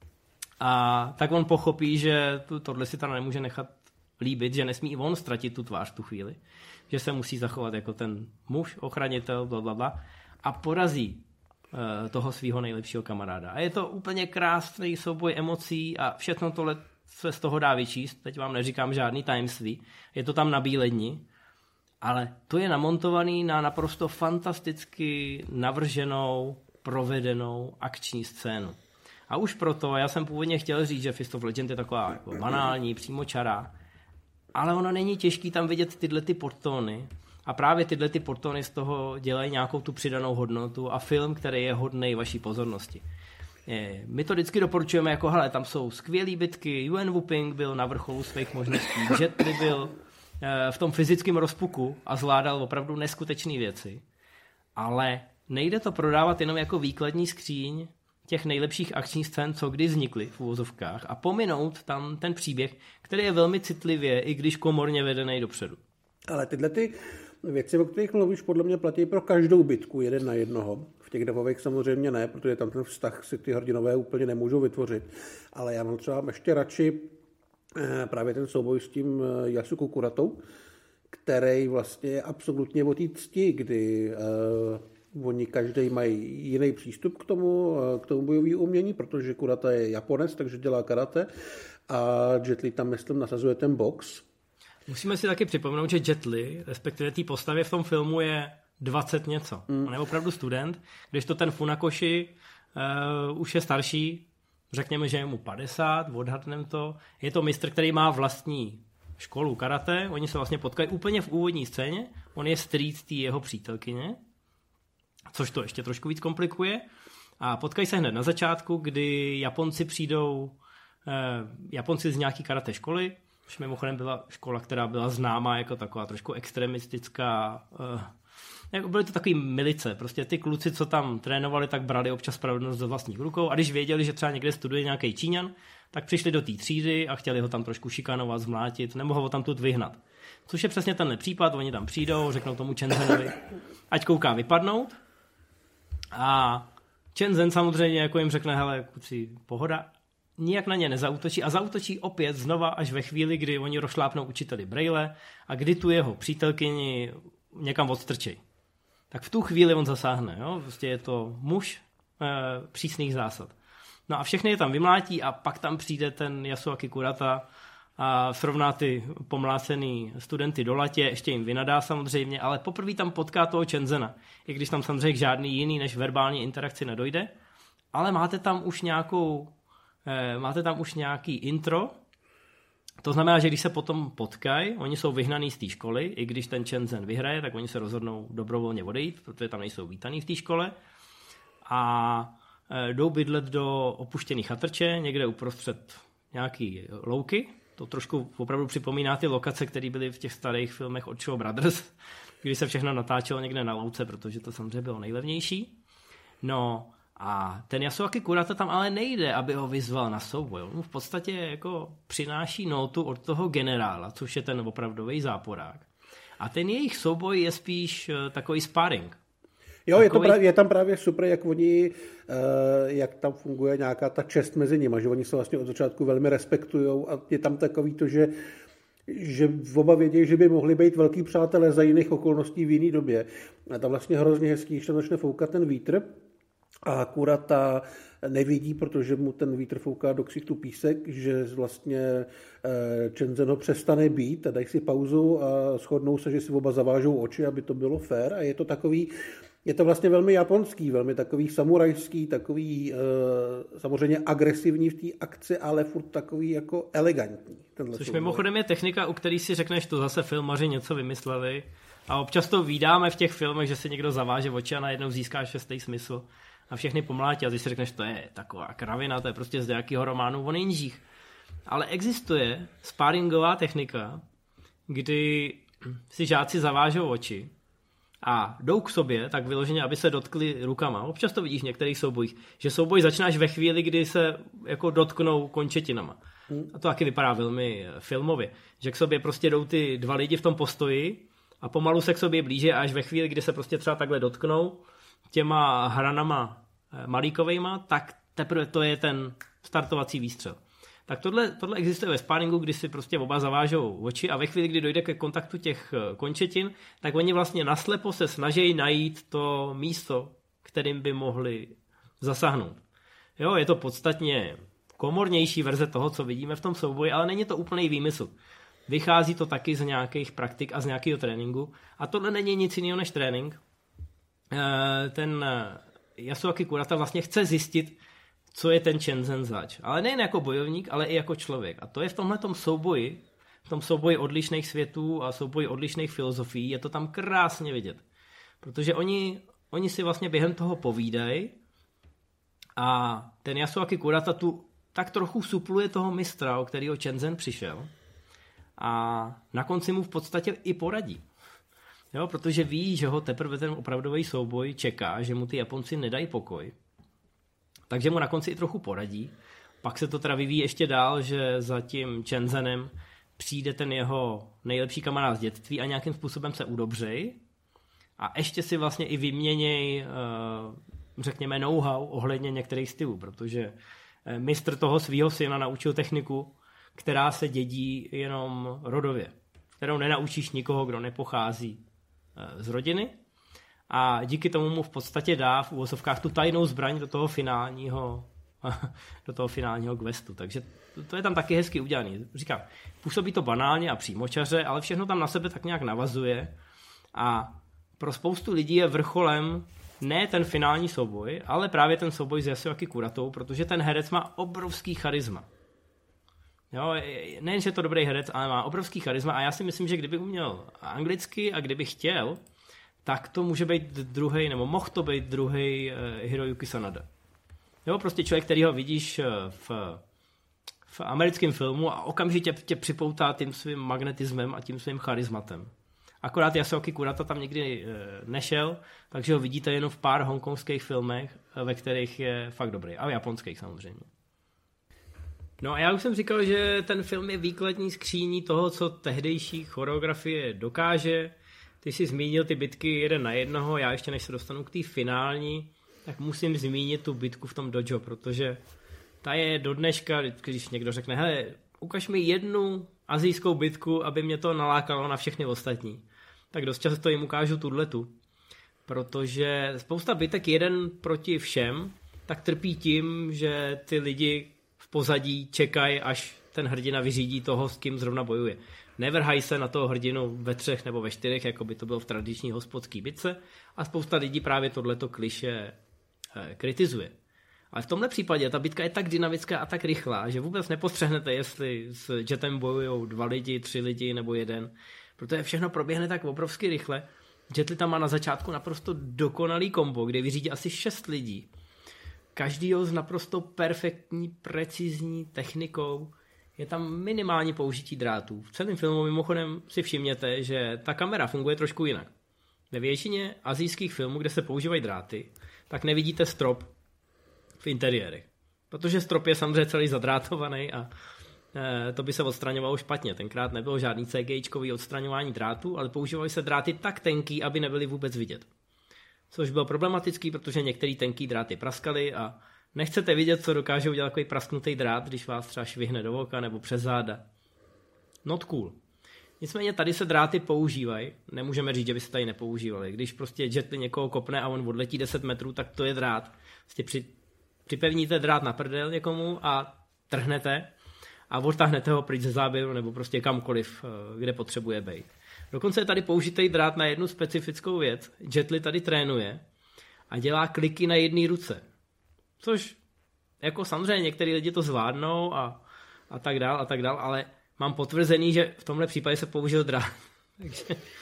a tak on pochopí, že tohle si tam nemůže nechat líbit, že nesmí i on ztratit tu tvář v tu chvíli, že se musí zachovat jako ten muž, ochranitel, blablabla, a porazí uh, toho svého nejlepšího kamaráda. A je to úplně krásný souboj emocí a všechno tohle se z toho dá vyčíst. Teď vám neříkám žádný tajemství, je to tam na bíledni, ale to je namontovaný na naprosto fantasticky navrženou, provedenou akční scénu. A už proto, já jsem původně chtěl říct, že Fist of Legend je taková jako banální, přímočará, ale ono není těžký tam vidět tyhle ty podtóny. A právě tyhle ty podtóny z toho dělají nějakou tu přidanou hodnotu a film, který je hodnej vaší pozornosti. Je, my to vždycky doporučujeme jako, hele, tam jsou skvělý bitky, Yuen Wuping byl na vrcholu svých možností, Jet Li byl e, v tom fyzickém rozpuku a zvládal opravdu neskutečné věci. Ale nejde to prodávat jenom jako výkladní skříň těch nejlepších akčních scén, co kdy vznikly v uvozovkách, a pominout tam ten příběh, který je velmi citlivě, i když komorně vedený dopředu. Ale tyhle ty věci, o kterých mluvíš, podle mě platí pro každou bitku jeden na jednoho. V těch devových samozřejmě ne, protože tam ten vztah si ty hrdinové úplně nemůžou vytvořit. Ale já mám třeba ještě radši právě ten souboj s tím Yasuko Kuratou, který vlastně je absolutně o té cti, kdy uh, oni každý mají jiný přístup k tomu, k tomu bojovému umění, protože Kurata je Japonec, takže dělá karate, a Jet Li tam, myslím, nasazuje ten box. Musíme si taky připomenout, že Jet Li, respektive té postavě v tom filmu, je dvacet něco. Mm. On je opravdu student, když to ten Funakoshi uh, už je starší, řekněme, že je mu padesát, odhadneme to. Je to mistr, který má vlastní školu karate, oni se vlastně potkají úplně v úvodní scéně, on je strýc té jeho přítelkyně, což to ještě trošku víc komplikuje, a potkají se hned na začátku, kdy Japonci přijdou, eh, Japonci z nějaký karate školy, což mimochodem byla škola, která byla známá jako taková trošku extremistická, eh, jako byly to takový milice, prostě ty kluci, co tam trénovali, tak brali občas spravedlnost do vlastních rukou, a když věděli, že třeba někde studuje nějaký Číňan, tak přišli do té třídy a chtěli ho tam trošku šikanovat, zmlátit, nebo ho tam tu vyhnat. Což je přesně tenhle případ, oni tam přijdou, řeknou tomu Shenzhenovi, ať kouká vypadnout, a Shenzhen samozřejmě jako jim řekne, hele, kuci, pohoda, nijak na ně nezautočí a zautočí opět znova až ve chvíli, kdy oni rozšlápnou učiteli Braille a kdy tu jeho přítelkyni někam odstrčí. Tak v tu chvíli on zasáhne, jo? Prostě je to muž e, přísných zásad. No a všechny je tam vymlátí a pak tam přijde ten Yasuaki Kurata a srovná ty pomlácený studenty do latě, ještě jim vynadá samozřejmě, ale poprvé tam potká toho Shenzhena, i když tam samozřejmě k žádný jiný než verbální interakci nedojde, ale máte tam už nějakou, eh, máte tam už nějaký intro, to znamená, že když se potom potkají, oni jsou vyhnaný z té školy, i když ten Shenzhen vyhraje, tak oni se rozhodnou dobrovolně odejít, protože tam nejsou vítaný v té škole, a eh, jdou bydlet do opuštěný chatrče, někde uprostřed nějaký louky. To trošku opravdu připomíná ty lokace, které byly v těch starých filmech od Shaw Brothers, kdy se všechno natáčelo někde na louce, protože to samozřejmě bylo nejlevnější. No a ten Yasuaki Kurata tam ale nejde, aby ho vyzval na souboj. On v podstatě jako přináší nótu od toho generála, což je ten opravdový záporák. A ten jejich souboj je spíš takový sparring. Jo, je, to právě, je tam právě super, jak oni, jak tam funguje nějaká ta čest mezi nimi, že oni se vlastně od začátku velmi respektujou, a je tam takový to, že, že oba vědí, že by mohli být velký přátelé za jiných okolností v jiný době. A tam vlastně hrozně hezký, když tam začne foukat ten vítr a Kurata nevidí, protože mu ten vítr fouká do ksichtu písek, že vlastně Shenzhen ho přestane být a dají si pauzu a shodnou se, že si oba zavážou oči, aby to bylo fair, a je to takový. Je to vlastně velmi japonský, velmi takový samurajský, takový e, samozřejmě agresivní v té akci, ale furt takový jako elegantní. Což mimochodem je technika, u který si řekneš, to zase filmaři něco vymysleli, a občas to vídáme v těch filmech, že si někdo zaváže oči a najednou získá šestý smysl. a všechny pomlátí a ty si řekneš, to je taková kravina, to je prostě z nějakého románu o ninjích. Ale existuje sparingová technika, kdy si žáci zavážou oči a jdou k sobě, tak vyloženě, aby se dotkli rukama. Občas to vidíš v některých soubojích, že souboj začínáš ve chvíli, kdy se jako dotknou končetinama. A to taky vypadá velmi filmově, že k sobě prostě jdou ty dva lidi v tom postoji a pomalu se k sobě blíže a až ve chvíli, kdy se prostě třeba takhle dotknou těma hranama malíkovejma, tak teprve to je ten startovací výstřel. Tak tohle, tohle existuje ve sparingu, kdy si prostě oba zavážou oči a ve chvíli, kdy dojde ke kontaktu těch končetin, tak oni vlastně naslepo se snaží najít to místo, kterým by mohli zasáhnout. Jo, je to podstatně komornější verze toho, co vidíme v tom souboji, ale není to úplný výmysl. Vychází to taky z nějakých praktik a z nějakého tréninku a tohle není nic jiného než trénink. Ten Yasuaki Kurata vlastně chce zjistit, co je ten Shenzhen zač. Ale nejen jako bojovník, ale i jako člověk. A to je v tomhletom souboji, v tom souboji odlišných světů a souboji odlišných filozofií, je to tam krásně vidět. Protože oni, oni si vlastně během toho povídají a ten Yasuaki Kurata tu tak trochu supluje toho mistra, o kterého Shenzhen přišel a na konci mu v podstatě i poradí. Jo, protože ví, že ho teprve ten opravdový souboj čeká, že mu ty Japonci nedají pokoj. Takže mu na konci i trochu poradí. Pak se to teda vyvíjí ještě dál, že za tím Shenzhenem přijde ten jeho nejlepší kamarád z dětství a nějakým způsobem se udobřej. A ještě si vlastně i vyměněj, řekněme, know-how ohledně některých stylů, protože mistr toho svýho syna naučil techniku, která se dědí jenom rodově, kterou nenaučíš nikoho, kdo nepochází z rodiny. A díky tomu mu v podstatě dá v uvozovkách tu tajnou zbraň do toho finálního do toho finálního questu. Takže to je tam taky hezky udělaný. Říkám, působí to banálně a přímočaře, ale všechno tam na sebe tak nějak navazuje a pro spoustu lidí je vrcholem ne ten finální souboj, ale právě ten souboj s Yasuaki Kuratou, protože ten herec má obrovský charisma. Jo, nejen, že je to dobrý herec, ale má obrovský charisma a já si myslím, že kdyby uměl anglicky a kdyby chtěl, tak to může být druhý, nebo mohl to být druhý Hiroyuki Sanada. Jo, prostě člověk, který ho vidíš v, v americkém filmu a okamžitě tě připoutá tím svým magnetismem a tím svým charismatem. Akorát Yasuaki Kurata tam nikdy nešel, takže ho vidíte jenom v pár hongkongských filmech, ve kterých je fakt dobrý. A v japonských samozřejmě. No a já už jsem říkal, že ten film je výkladní skříní toho, co tehdejší choreografie dokáže. Ty jsi zmínil ty bitky jeden na jednoho, já ještě než se dostanu k té finální, tak musím zmínit tu bitku v tom dojo, protože ta je do dneška, když někdo řekne, hele, ukaž mi jednu asijskou bitku, aby mě to nalákalo na všechny ostatní. Tak dost často jim ukážu tuhletu, protože spousta bitek jeden proti všem, tak trpí tím, že ty lidi v pozadí čekají, až ten hrdina vyřídí toho, s kým zrovna bojuje. Nevrhají se na toho hrdinu ve třech nebo ve čtyřech, jako by to bylo v tradiční hospodské bitce a spousta lidí právě tohleto klišé eh, kritizuje. Ale v tomhle případě ta bitka je tak dynamická a tak rychlá, že vůbec nepostřehnete, jestli s Jetem bojujou dva lidi, tři lidi nebo jeden, protože všechno proběhne tak obrovsky rychle. Jet Li tam má na začátku naprosto dokonalý kombo, kde vyřídí asi šest lidí. Každýho s naprosto perfektní, precizní technikou. Je tam minimální použití drátů. V celém filmu mimochodem si všimněte, že ta kamera funguje trošku jinak. Ve většině asijských filmů, kde se používají dráty, tak nevidíte strop v interiérech. Protože strop je samozřejmě celý zadrátovaný a e, to by se odstraňovalo špatně. Tenkrát nebylo žádný CGIčkový odstraňování drátů, ale používaly se dráty tak tenký, aby nebyly vůbec vidět. Což bylo problematický, protože některé tenký dráty praskaly a nechcete vidět, co dokáže udělat takový prasknutý drát, když vás třeba švihne do oka nebo přes záda. Not cool. Nicméně tady se dráty používají. Nemůžeme říct, že by se tady nepoužívaly. Když prostě Jet Li někoho kopne a on odletí deset metrů, tak to je drát. Prostě při, připevníte drát na prdel někomu a trhnete a odtáhnete ho pryč ze záběru nebo prostě kamkoliv, kde potřebuje být. Dokonce je tady použitý drát na jednu specifickou věc. Jet Li tady trénuje a dělá kliky na jedné ruce. Což jako samozřejmě některý lidi to zvládnou a, a tak dál a tak dál, ale mám potvrzený, že v tomhle případě se použil drát. Takže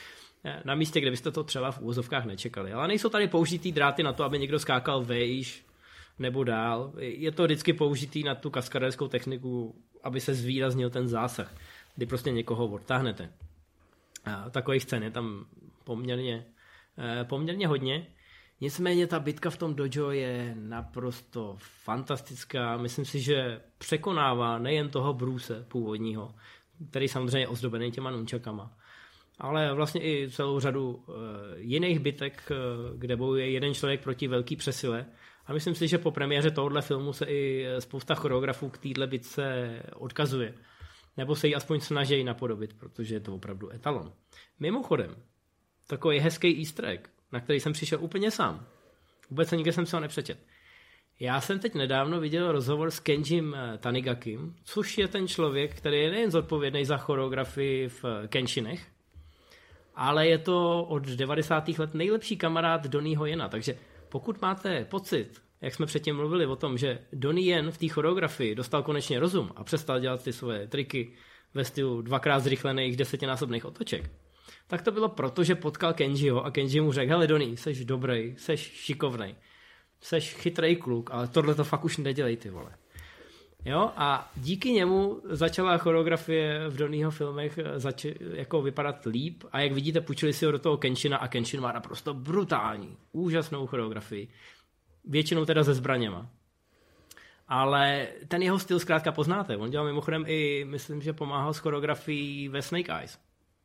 na místě, kde byste to třeba v úvozovkách nečekali. Ale nejsou tady použitý dráty na to, aby někdo skákal vejš nebo dál. Je to vždycky použitý na tu kaskadérskou techniku, aby se zvýraznil ten zásah, kdy prostě někoho odtáhnete. A takových scén je tam poměrně, poměrně hodně. Nicméně ta bitka v tom dojo je naprosto fantastická. Myslím si, že překonává nejen toho Bruce původního, který samozřejmě je ozdobený těma nunčakama, ale vlastně i celou řadu jiných bitek, kde bojuje jeden člověk proti velký přesile. A myslím si, že po premiéře tohohle filmu se i spousta choreografů k téhle bitce odkazuje. Nebo se ji aspoň snaží napodobit, protože je to opravdu etalon. Mimochodem, takový hezký easter egg, na který jsem přišel úplně sám. Vůbec nikde jsem se ho nepřečet. Já jsem teď nedávno viděl rozhovor s Kenjim Tanigakim, což je ten člověk, který je nejen zodpovědný za choreografii v Kenshinech, ale je to od devadesátých let nejlepší kamarád Donnieho Yena. Takže pokud máte pocit, jak jsme předtím mluvili o tom, že Donnie Yen v té choreografii dostal konečně rozum a přestal dělat ty svoje triky ve stylu dvakrát zrychlených desetinásobných otoček, tak to bylo proto, že potkal Kenjiho a Kenji mu řekl, hele Donnie, seš dobrý, seš šikovnej, seš chytrej kluk, ale tohle to fakt už nedělej, ty vole. Jo, a díky němu začala choreografie v Donnieho filmech zač- jako vypadat líp a jak vidíte, půjčili si ho do toho Kenshina a Kenshin má naprosto brutální, úžasnou choreografii. Většinou teda se zbraněma. Ale ten jeho styl zkrátka poznáte. On dělal mimochodem i, myslím, že pomáhal s choreografií ve Snake Eyes.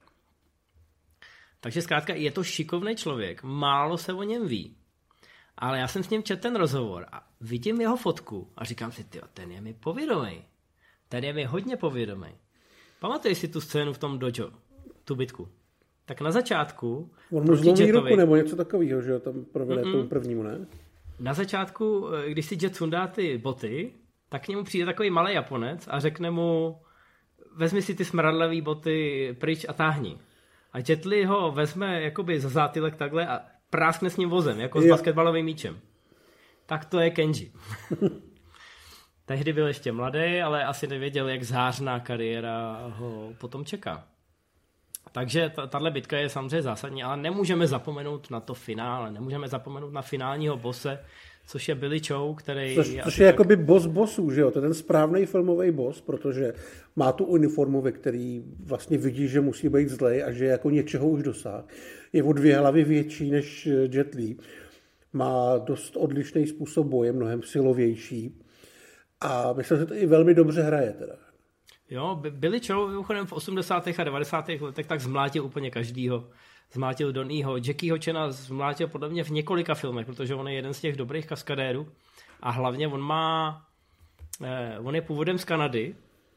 Takže zkrátka je to šikovný člověk, málo se o něm ví. Ale já jsem s ním četl ten rozhovor a vidím jeho fotku a říkám si, tyjo, ten je mi povědomý. Ten je mi hodně povědomý. Pamatuješ si tu scénu v tom dojo, tu bitku? Tak na začátku... On mu zlomí ruku nebo něco takového, že jo, tam provede tomu prvnímu, ne? Na začátku, když si Jet sundá ty boty, tak k němu přijde takový malý Japonec a řekne mu, vezmi si ty smradlavý boty pryč a táhni. A Jet Li ho vezme jakoby za zátylek takhle a práskne s ním vozem, jako je. S basketbalovým míčem. Tak to je Kenji. Tehdy byl ještě mladý, ale asi nevěděl, jak zářná kariéra ho potom čeká. Takže tahle bitka je samozřejmě zásadní, ale nemůžeme zapomenout na to finále, nemůžeme zapomenout na finálního bose, což je Billy Chow, který... Což, je, což je tak... jakoby boss bossů, že jo? To je ten správný filmový boss, protože má tu uniformu, ve který vlastně vidí, že musí být zlej a že jako něčeho už dosáhl. Je o dvě hlavy větší než Jet Li. Má dost odlišný způsob boje, mnohem silovější. A myslím, že to i velmi dobře hraje teda. Jo, Billy Chow v osmdesátých a devadesátých letech tak zmlátil úplně každýho. Zmlátil Donnieho, Jackieho Chana zmlátil podle mě v několika filmech, protože on je jeden z těch dobrých kaskadérů a hlavně on má, eh, on je původem z Kanady,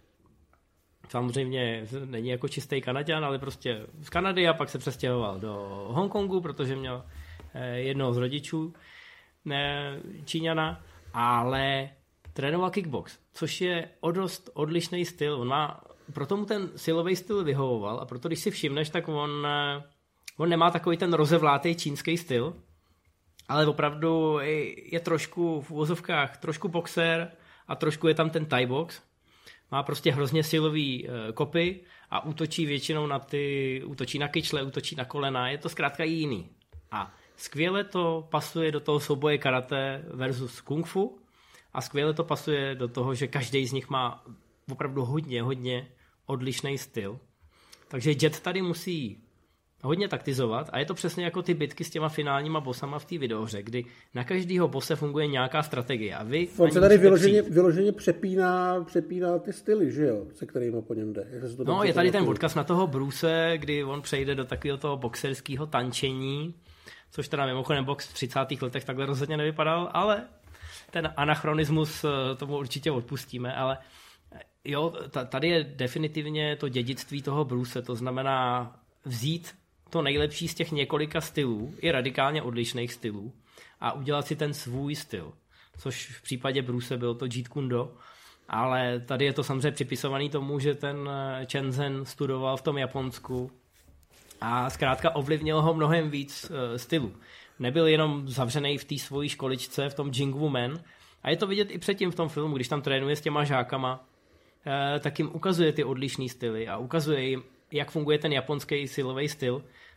samozřejmě není jako čistý Kanaďan, ale prostě z Kanady a pak se přestěhoval do Hongkongu, protože měl eh, jednoho z rodičů ne, Číňana, ale trénoval kickbox, což je o dost odlišný styl. On má, proto mu ten silový styl vyhovoval a proto když si všimneš, tak on, on nemá takový ten rozevlátý čínský styl, ale opravdu je, je trošku v uvozovkách trošku boxer a trošku je tam ten thai box. Má prostě hrozně silový e, kopy a útočí většinou na ty, útočí na kyčle, útočí na kolena, je to zkrátka jiný. A skvěle to pasuje do toho souboje karate versus kung fu, a skvěle to pasuje do toho, že každý z nich má opravdu hodně, hodně odlišný styl. Takže Jet tady musí hodně taktizovat a je to přesně jako ty bitky s těma finálníma bossama v té videohře, kdy na každého bosse funguje nějaká strategie. A vy on se tady vyloženě, vyloženě přepíná, přepíná ty styly, že jo, se kterými po něm jde. No, je tady ten odkaz na toho Bruce, kdy on přejde do takového toho boxerského tančení, což teda mimochodem box v třicátých letech takhle rozhodně nevypadal, ale ten anachronismus tomu určitě odpustíme, ale jo, tady je definitivně to dědictví toho Bruce, to znamená vzít to nejlepší z těch několika stylů, i radikálně odlišných stylů, a udělat si ten svůj styl, což v případě Bruce bylo to Jeet Kune Do, ale tady je to samozřejmě připisovaný tomu, že ten Chen Zhen studoval v tom Japonsku a zkrátka ovlivnil ho mnohem víc stylů. Nebyl jenom zavřený v té svojí školičce, v tom Jingwu Men. A je to vidět i předtím v tom filmu, když tam trénuje s těma žákama, tak jim ukazuje ty odlišný styly a ukazuje jim, jak funguje ten japonský silový styl.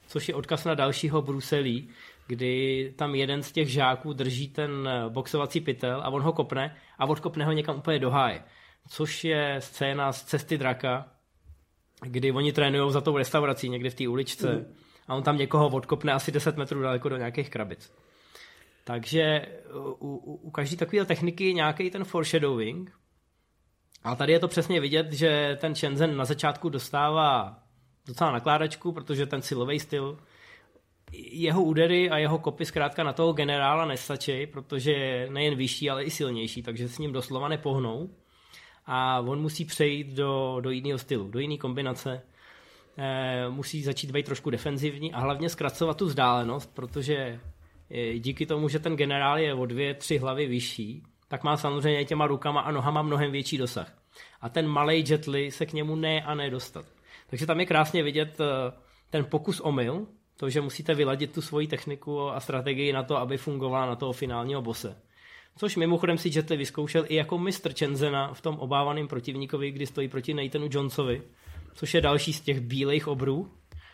což je odkaz na dalšího Bruce Lee, kdy tam jeden z těch žáků drží ten boxovací pytel a on ho kopne a odkopne ho někam úplně do háje. Což je scéna z Cesty draka, kdy oni trénujou za tou restaurací někde v té uličce mm. a on tam někoho odkopne asi deset metrů daleko do nějakých krabic. Takže u, u, u každé takové techniky nějaký ten foreshadowing. A tady je to přesně vidět, že ten Shenzhen na začátku dostává docela nakládačku, protože ten silový styl, jeho údery a jeho kopy zkrátka na toho generála nestačí, protože je nejen vyšší, ale i silnější, takže s ním doslova nepohnou. A on musí přejít do, do jiného stylu, do jiné kombinace. E, musí začít být trošku defenzivní a hlavně zkracovat tu vzdálenost, protože díky tomu, že ten generál je o dvě, tři hlavy vyšší, tak má samozřejmě těma rukama a nohama mnohem větší dosah. A ten malej Jet Li se k němu ne a ne dostat. Takže tam je krásně vidět ten pokus omyl, to, že musíte vyladit tu svoji techniku a strategii na to, aby fungovala na toho finálního bose. Což mimochodem si Jet Li vyzkoušel i jako mistr Shenzhena v tom obávaném protivníkovi, kdy stojí proti Nathanu Jonesovi, což je další z těch bílejch obrů.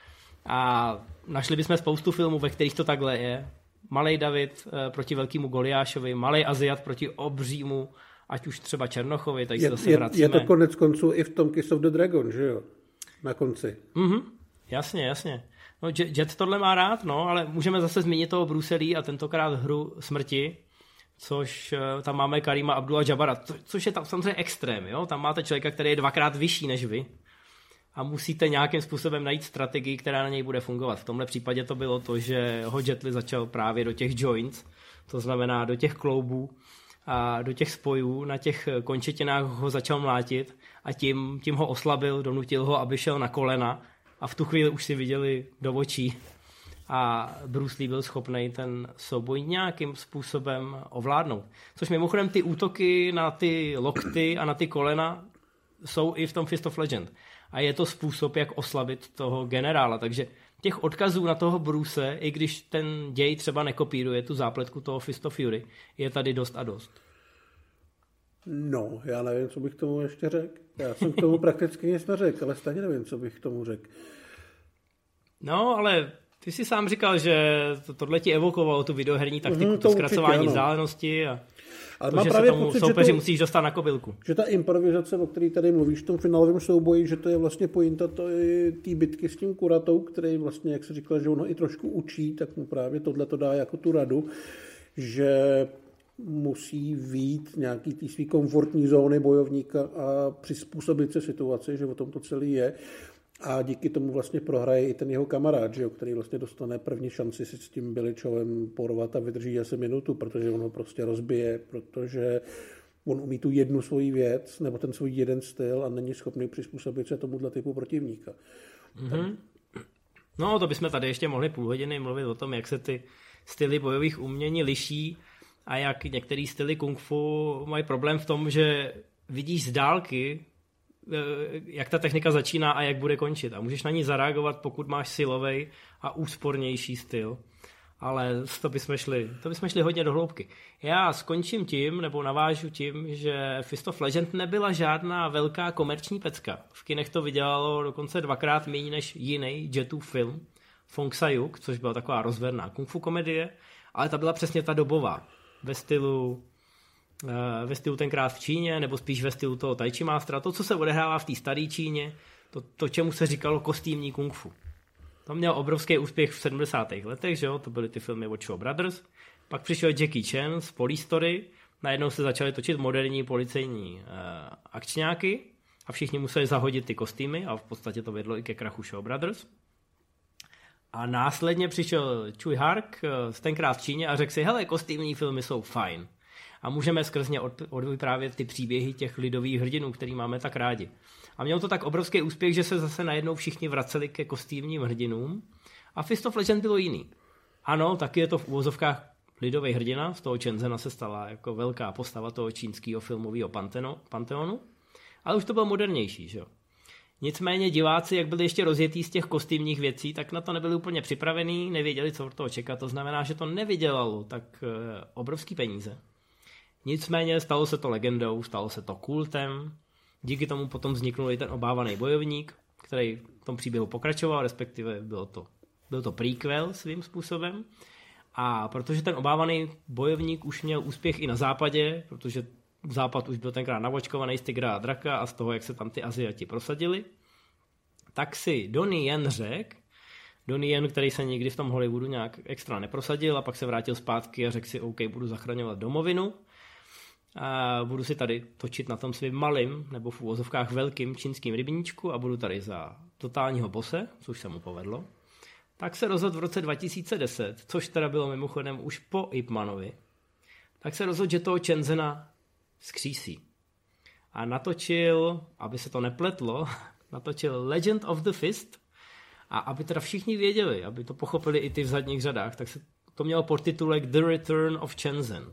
A našli bychom spoustu filmů, ve kterých to takhle je. Malej David e, proti velkému Goliášovi, malej Aziat proti obřímu, ať už třeba Černochovi, tady se zase vracíme. Je to konec konců i v tom Kiss of the Dragon, že jo? Na konci. Mhm, jasně, jasně. No, Jet tohle má rád, no, ale můžeme zase zmínit toho Bruce Lee a tentokrát Hru smrti, což e, tam máme Karima Abdul-Jabbara, co, což je tam samozřejmě extrém, jo? Tam máte člověka, který je dvakrát vyšší než vy. A musíte nějakým způsobem najít strategii, která na něj bude fungovat. V tomhle případě to bylo to, že ho Jet Li začal právě do těch joints, to znamená do těch kloubů a do těch spojů, na těch končetinách ho začal mlátit a tím, tím ho oslabil, donutil ho, aby šel na kolena a v tu chvíli už si viděli do očí. A Bruce Lee byl schopný ten souboj nějakým způsobem ovládnout. Což mimochodem ty útoky na ty lokty a na ty kolena jsou i v tom Fist of Legend. A je to způsob, jak oslabit toho generála. Takže těch odkazů na toho Bruce, i když ten děj třeba nekopíruje tu zápletku toho Fist of Fury, je tady dost a dost. No, já nevím, co bych tomu ještě řekl. Já jsem k tomu prakticky nic neřekl, ale stejně nevím, co bych k tomu řekl. No, ale ty jsi sám říkal, že to, tohle ti evokovalo tu videoherní taktiku, mm, to, to zkracování určitě, vzdálenosti a ale to, že se tomu pocit, soupeři to, musíš dostat na kobylku. Že ta improvizace, o které tady mluvíš v tom finálovém souboji, že to je vlastně pointa té bitky s tím kuratou, který vlastně, jak se říkal, že ono i trošku učí, tak mu právě tohle to dá jako tu radu, že musí vyjít nějaký tý svý komfortní zóny bojovníka a přizpůsobit se situaci, že o tom to celý je. A díky tomu vlastně prohraje i ten jeho kamarád, že jo, který vlastně dostane první šanci si s tím Biličovem porvat a vydrží asi minutu, protože on ho prostě rozbije, protože on umí tu jednu svoji věc, nebo ten svůj jeden styl a není schopný přizpůsobit se tomuhle typu protivníka. Mm-hmm. No, to bychom tady ještě mohli půl hodiny mluvit o tom, jak se ty styly bojových umění liší a jak některé styly kung fu mají problém v tom, že vidíš z dálky, jak ta technika začíná a jak bude končit. A můžeš na ní zareagovat, pokud máš silovej a úspornější styl. Ale to bychom šli, to bychom šli hodně do hloubky. Já skončím tím, nebo navážu tím, že Fist of Legend nebyla žádná velká komerční pecka. V kinech to vydělalo dokonce dvakrát méně než jiný Jetův film Fong Sayuk, což byla taková rozverná kung fu komedie, ale ta byla přesně ta dobová. Ve stylu ve stylu tenkrát v Číně, nebo spíš ve stylu toho Tai Chi Mastera, to, co se odehrává v té staré Číně, to, to, čemu se říkalo kostýmní kung fu. To měl obrovský úspěch v sedmdesátých letech, že jo? To byly ty filmy od Shaw Brothers. Pak přišel Jackie Chan z Police Story, najednou se začaly točit moderní policejní uh, akčňáky a všichni museli zahodit ty kostýmy a v podstatě to vedlo i ke krachu Shaw Brothers. A následně přišel Tsui Hark uh, tenkrát v Číně a řekl si, hele, kostýmní filmy jsou fajn. A můžeme skrz ně odvyprávět ty příběhy těch lidových hrdinů, který máme tak rádi. A mělo to tak obrovský úspěch, že se zase najednou všichni vraceli ke kostýmním hrdinům. A Fist of Legend bylo jiný. Ano, taky je to v uvozovkách lidový hrdina, z toho Shenzhena se stala jako velká postava toho čínského filmového panteonu, ale už to bylo modernější, že jo. Nicméně diváci, jak byli ještě rozjetí z těch kostýmních věcí, tak na to nebyli úplně připravení, nevěděli, co od toho čekat. To znamená, že to nevydělalo tak obrovský peníze. Nicméně stalo se to legendou, stalo se to kultem, díky tomu potom vzniknul i ten obávaný bojovník, který v tom příběhu pokračoval, respektive bylo to byl to prequel svým způsobem. A protože ten obávaný bojovník už měl úspěch i na západě, protože západ už byl tenkrát navočkovaný z Tygra a draka a z toho, jak se tam ty Aziati prosadili, tak si Donnie Yen řekl, Donnie Yen, který se nikdy v tom Hollywoodu nějak extra neprosadil a pak se vrátil zpátky a řekl si, OK, budu zachraňovat domovinu a budu si tady točit na tom svým malým nebo v úvozovkách velkým čínským rybníčku a budu tady za totálního bose, což se mu povedlo. Tak se rozhodl v roce dva tisíce deset, což teda bylo mimochodem už po Ip Manovi, tak se rozhodl, že toho Chenzena vzkřísí. A natočil, aby se to nepletlo, natočil Legend of the Fist a aby teda všichni věděli, aby to pochopili i ty v zadních řadách, tak se to mělo podtitulek The Return of Chenzen.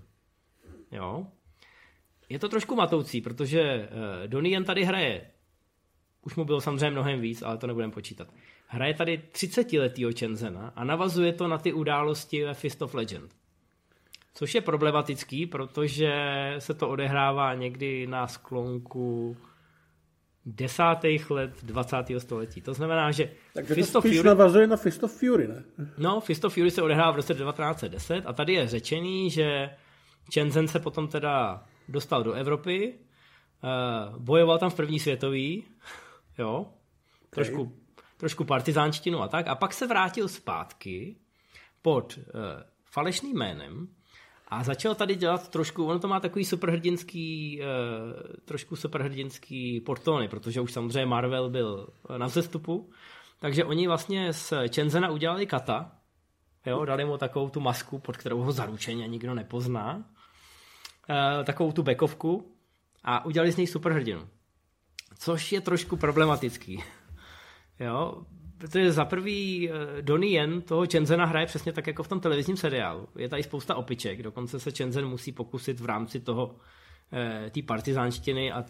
Jo? Je to trošku matoucí, protože uh, Donnie Yen tady hraje, už mu bylo samozřejmě mnohem víc, ale to nebudeme počítat. Hraje tady třicetiletýho Chenzena a navazuje to na ty události ve Fist of Legend. Což je problematický, protože se to odehrává někdy na sklonku desátých let dvacátého století. To znamená, že takže Fist to spíš Fury... navazuje na Fist of Fury, ne? No, Fist of Fury se odehrává v roce devatenáct set deset a tady je řečený, že Chenzen se potom teda dostal do Evropy, uh, bojoval tam v první světový, jo, okay. trošku, trošku partizánštinu a tak, a pak se vrátil zpátky pod uh, falešným jménem a začal tady dělat trošku, ono to má takový superhrdinský, uh, trošku superhrdinský portóny, protože už samozřejmě Marvel byl na vzestupu, takže oni vlastně z Chenzena udělali kata, jo, dali mu takovou tu masku, pod kterou ho zaručeně nikdo nepozná, uh, takovou tu bekovku a udělali z něj superhrdinu. Což je trošku problematický. Jo, protože za prvý Donnie Yen toho Chenzena hraje přesně tak, jako v tom televizním seriálu. Je tady spousta opiček, dokonce se Chenzen musí pokusit v rámci toho té partizánštiny a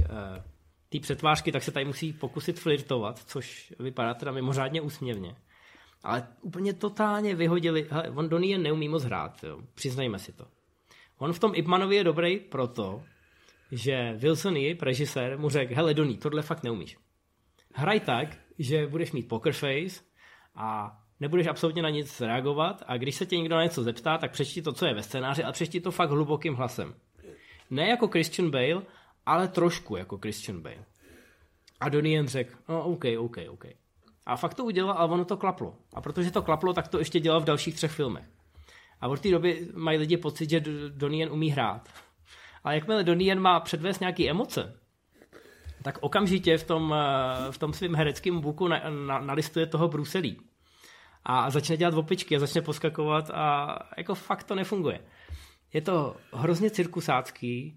té přetvářky, tak se tady musí pokusit flirtovat, což vypadá teda mimořádně úsměvně. Ale úplně totálně vyhodili, hele, on Donnie Yen neumí moc hrát, jo, přiznejme si to. On v tom Ip Manovi je dobrý proto, že Wilson Yip, režisér, mu řekl, hele Donnie, tohle fakt neumíš. Hraj tak, že budeš mít poker face a nebudeš absolutně na nic reagovat a když se tě někdo na něco zeptá, tak přečti to, co je ve scénáři a přečti to fakt hlubokým hlasem. Ne jako Christian Bale, ale trošku jako Christian Bale. A Donnie Yen řekl, no OK, OK, OK. A fakt to udělal, ale ono to klaplo. A protože to klaplo, tak to ještě dělal v dalších třech filmech. A od té doby mají lidi pocit, že Donnie Yen umí hrát. Ale jakmile Donnie Yen má předvést nějaké emoce, tak okamžitě v tom, v tom svým hereckém buku na, na, nalistuje toho Bruce Lee. A začne dělat opičky a začne poskakovat a jako fakt to nefunguje. Je to hrozně cirkusácký,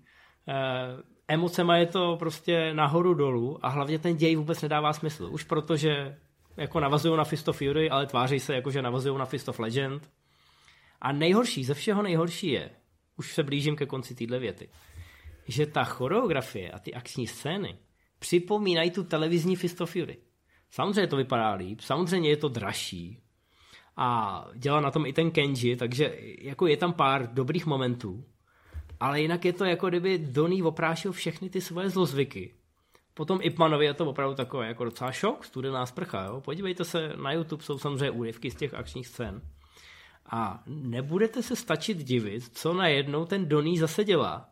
emocema je to prostě nahoru dolů a hlavně ten děj vůbec nedává smysl. Už protože jako navazují na Fist of Fury, ale tváří se jako, že navazují na Fist of Legend. A nejhorší, ze všeho nejhorší je, už se blížím ke konci téhle věty, že ta choreografie a ty akční scény připomínají tu televizní Fist of Fury. Samozřejmě to vypadá líp, samozřejmě je to dražší a dělá na tom i ten Kenji, takže jako je tam pár dobrých momentů, ale jinak je to jako kdyby Donnie oprášil všechny ty svoje zlozvyky. Potom Ip Manovi je to opravdu takové jako docela šok, studená sprcha. Jo? Podívejte se, na YouTube jsou samozřejmě úryvky z těch akčních scén. A nebudete se stačit divit, co najednou ten Donnie zase dělá.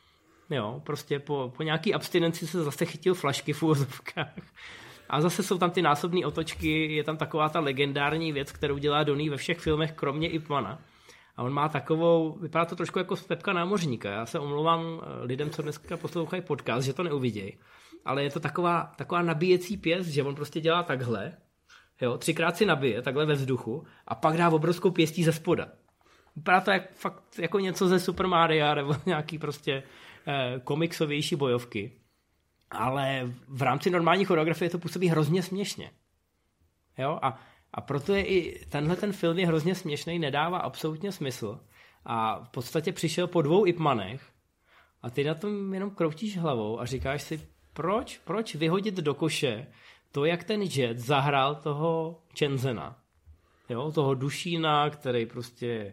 Jo, prostě po, po nějaký abstinenci se zase chytil flašky v úvozovkách. A zase jsou tam ty násobné otočky, je tam taková ta legendární věc, kterou dělá Donnie ve všech filmech, kromě Ip Mana. A on má takovou, vypadá to trošku jako Pepka námořníka. Já se omlouvám lidem, co dneska poslouchají podcast, že to neuvidějí. Ale je to taková, taková nabíjecí pěst, že on prostě dělá takhle, jo, třikrát si nabije, takhle ve vzduchu, a pak dá obrovskou pěstí ze spoda. Vypadá to jak, fakt jako něco ze Super Maria, nebo nějaký prostě eh, komiksovější bojovky. Ale v rámci normální choreografie to působí hrozně směšně. Jo, a, a proto je i tenhle ten film je hrozně směšný, nedává absolutně smysl. A v podstatě přišel po dvou Ip Manech a ty na tom jenom kroutíš hlavou a říkáš si, proč, proč vyhodit do koše to, jak ten Jet zahrál toho Chenzena. Jo, toho dušína, který prostě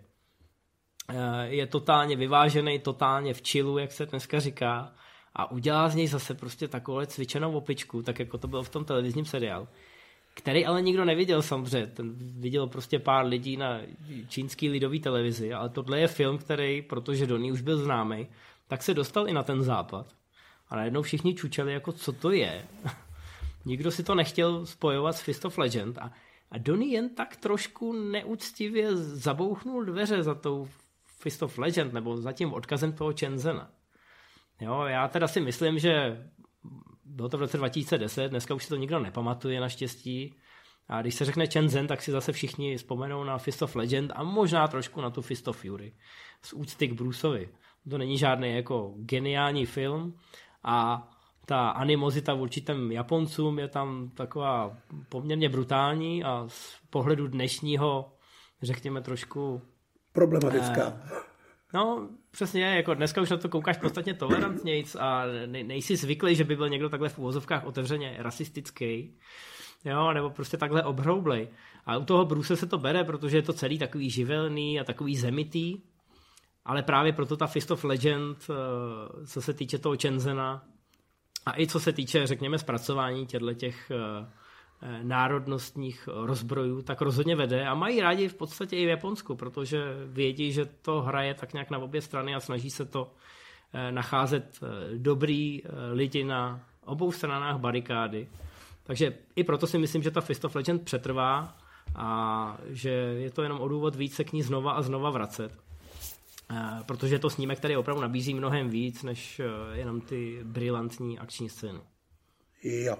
je totálně vyvážený, totálně v chillu, jak se dneska říká, a udělá z něj zase prostě takovou cvičenou opičku, tak jako to bylo v tom televizním seriálu. který ale nikdo neviděl samozřejmě. Ten viděl prostě pár lidí na čínský lidový televizi, ale tohle je film, který, protože Donnie už byl známý, tak se dostal i na ten západ. A najednou všichni čučeli, jako co to je. Nikdo si to nechtěl spojovat s Fist of Legend a, a Donnie jen tak trošku neúctivě zabouchnul dveře za tou Fist of Legend nebo za tím odkazem toho Shenzhena. Jo, já teda si myslím, že bylo to v roce dva tisíce deset, dneska už si to nikdo nepamatuje naštěstí. A když se řekne Shenzhen, tak si zase všichni vzpomenou na Fist of Legend a možná trošku na tu Fist of Fury. Z úcty k Bruceovi. To není žádný jako geniální film a ta animozita v určitém Japoncům je tam taková poměrně brutální a z pohledu dnešního, řekněme trošku problematická. Eh, no, přesně, jako dneska už na to koukáš podstatně tolerantnějc a ne, nejsi zvyklý, že by byl někdo takhle v uvozovkách otevřeně rasistický, jo, nebo prostě takhle obhroublej. A u toho Bruce se to bere, protože je to celý takový živelný a takový zemitý, ale právě proto ta Fist of Legend, co se týče toho Shenzhena a i co se týče, řekněme, zpracování těchto těch národnostních rozbrojů, tak rozhodně vede a mají rádi v podstatě i v Japonsku, protože vědí, že to hraje tak nějak na obě strany a snaží se to nacházet dobrý lidi na obou stranách barikády. Takže i proto si myslím, že ta Fist of Legend přetrvá a že je to jenom o důvod víc se k ní znova a znova vracet. Protože je to snímek, který opravdu nabízí mnohem víc, než jenom ty brilantní akční scény. Jo.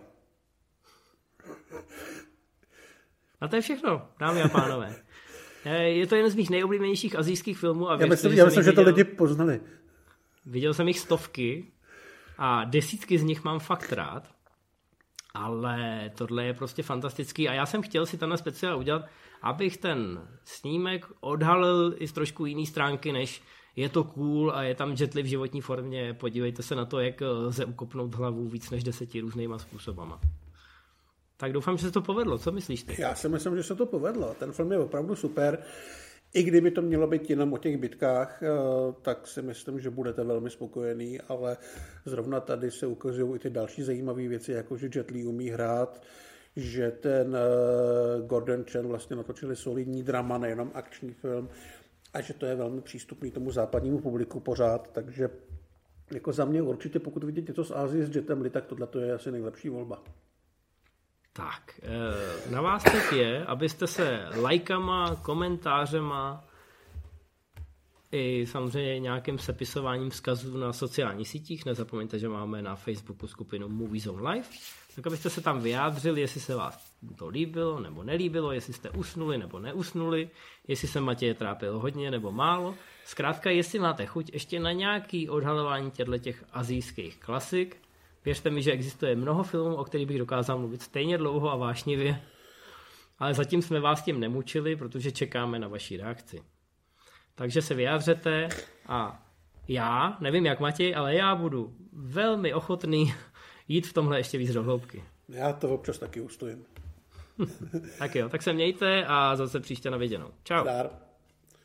A to je všechno, dámy a pánové. Je to jeden z mých nejoblíbenějších asijských filmů. A já myslím, já myslím že to lidi poznali. Viděl jsem jich stovky a desítky z nich mám fakt rád, ale tohle je prostě fantastický a já jsem chtěl si tenhle speciál udělat, abych ten snímek odhalil i z trošku jiný stránky, než je to cool a je tam Jet Li v životní formě, podívejte se na to, jak lze ukopnout hlavu víc než deseti různýma způsobama. Tak doufám, že se to povedlo. Co myslíš ty? Já si myslím, že se to povedlo. Ten film je opravdu super. I kdyby to mělo být jenom o těch bitkách, tak si myslím, že budete velmi spokojený, ale zrovna tady se ukazují i ty další zajímavé věci, jako že Jet Li umí hrát, že ten Gordon Chan vlastně natočili solidní drama, nejenom akční film, a že to je velmi přístupný tomu západnímu publiku pořád, takže jako za mě určitě, pokud vidíte něco z Asie s Jetem Li, tak tohle je asi nejlepší volba. Tak, na vás teď je, abyste se lajkama, komentářema i samozřejmě nějakým sepisováním vzkazů na sociálních sítích, nezapomeňte, že máme na Facebooku skupinu Movie Zone Live, tak abyste se tam vyjádřili, jestli se vás to líbilo nebo nelíbilo, jestli jste usnuli nebo neusnuli, jestli se Matěje trápilo hodně nebo málo. Zkrátka, jestli máte chuť ještě na nějaký odhalování těch asijských klasik. Věřte mi, že existuje mnoho filmů, o kterých bych dokázal mluvit stejně dlouho a vášnivě, ale zatím jsme vás tím nemučili, protože čekáme na vaši reakci. Takže se vyjádřete a já, nevím jak Matěj, ale já budu velmi ochotný jít v tomhle ještě víc do hloubky. Já to občas taky ustojím. Tak jo, tak se mějte a zase příště na viděnou. Čau. Zdar.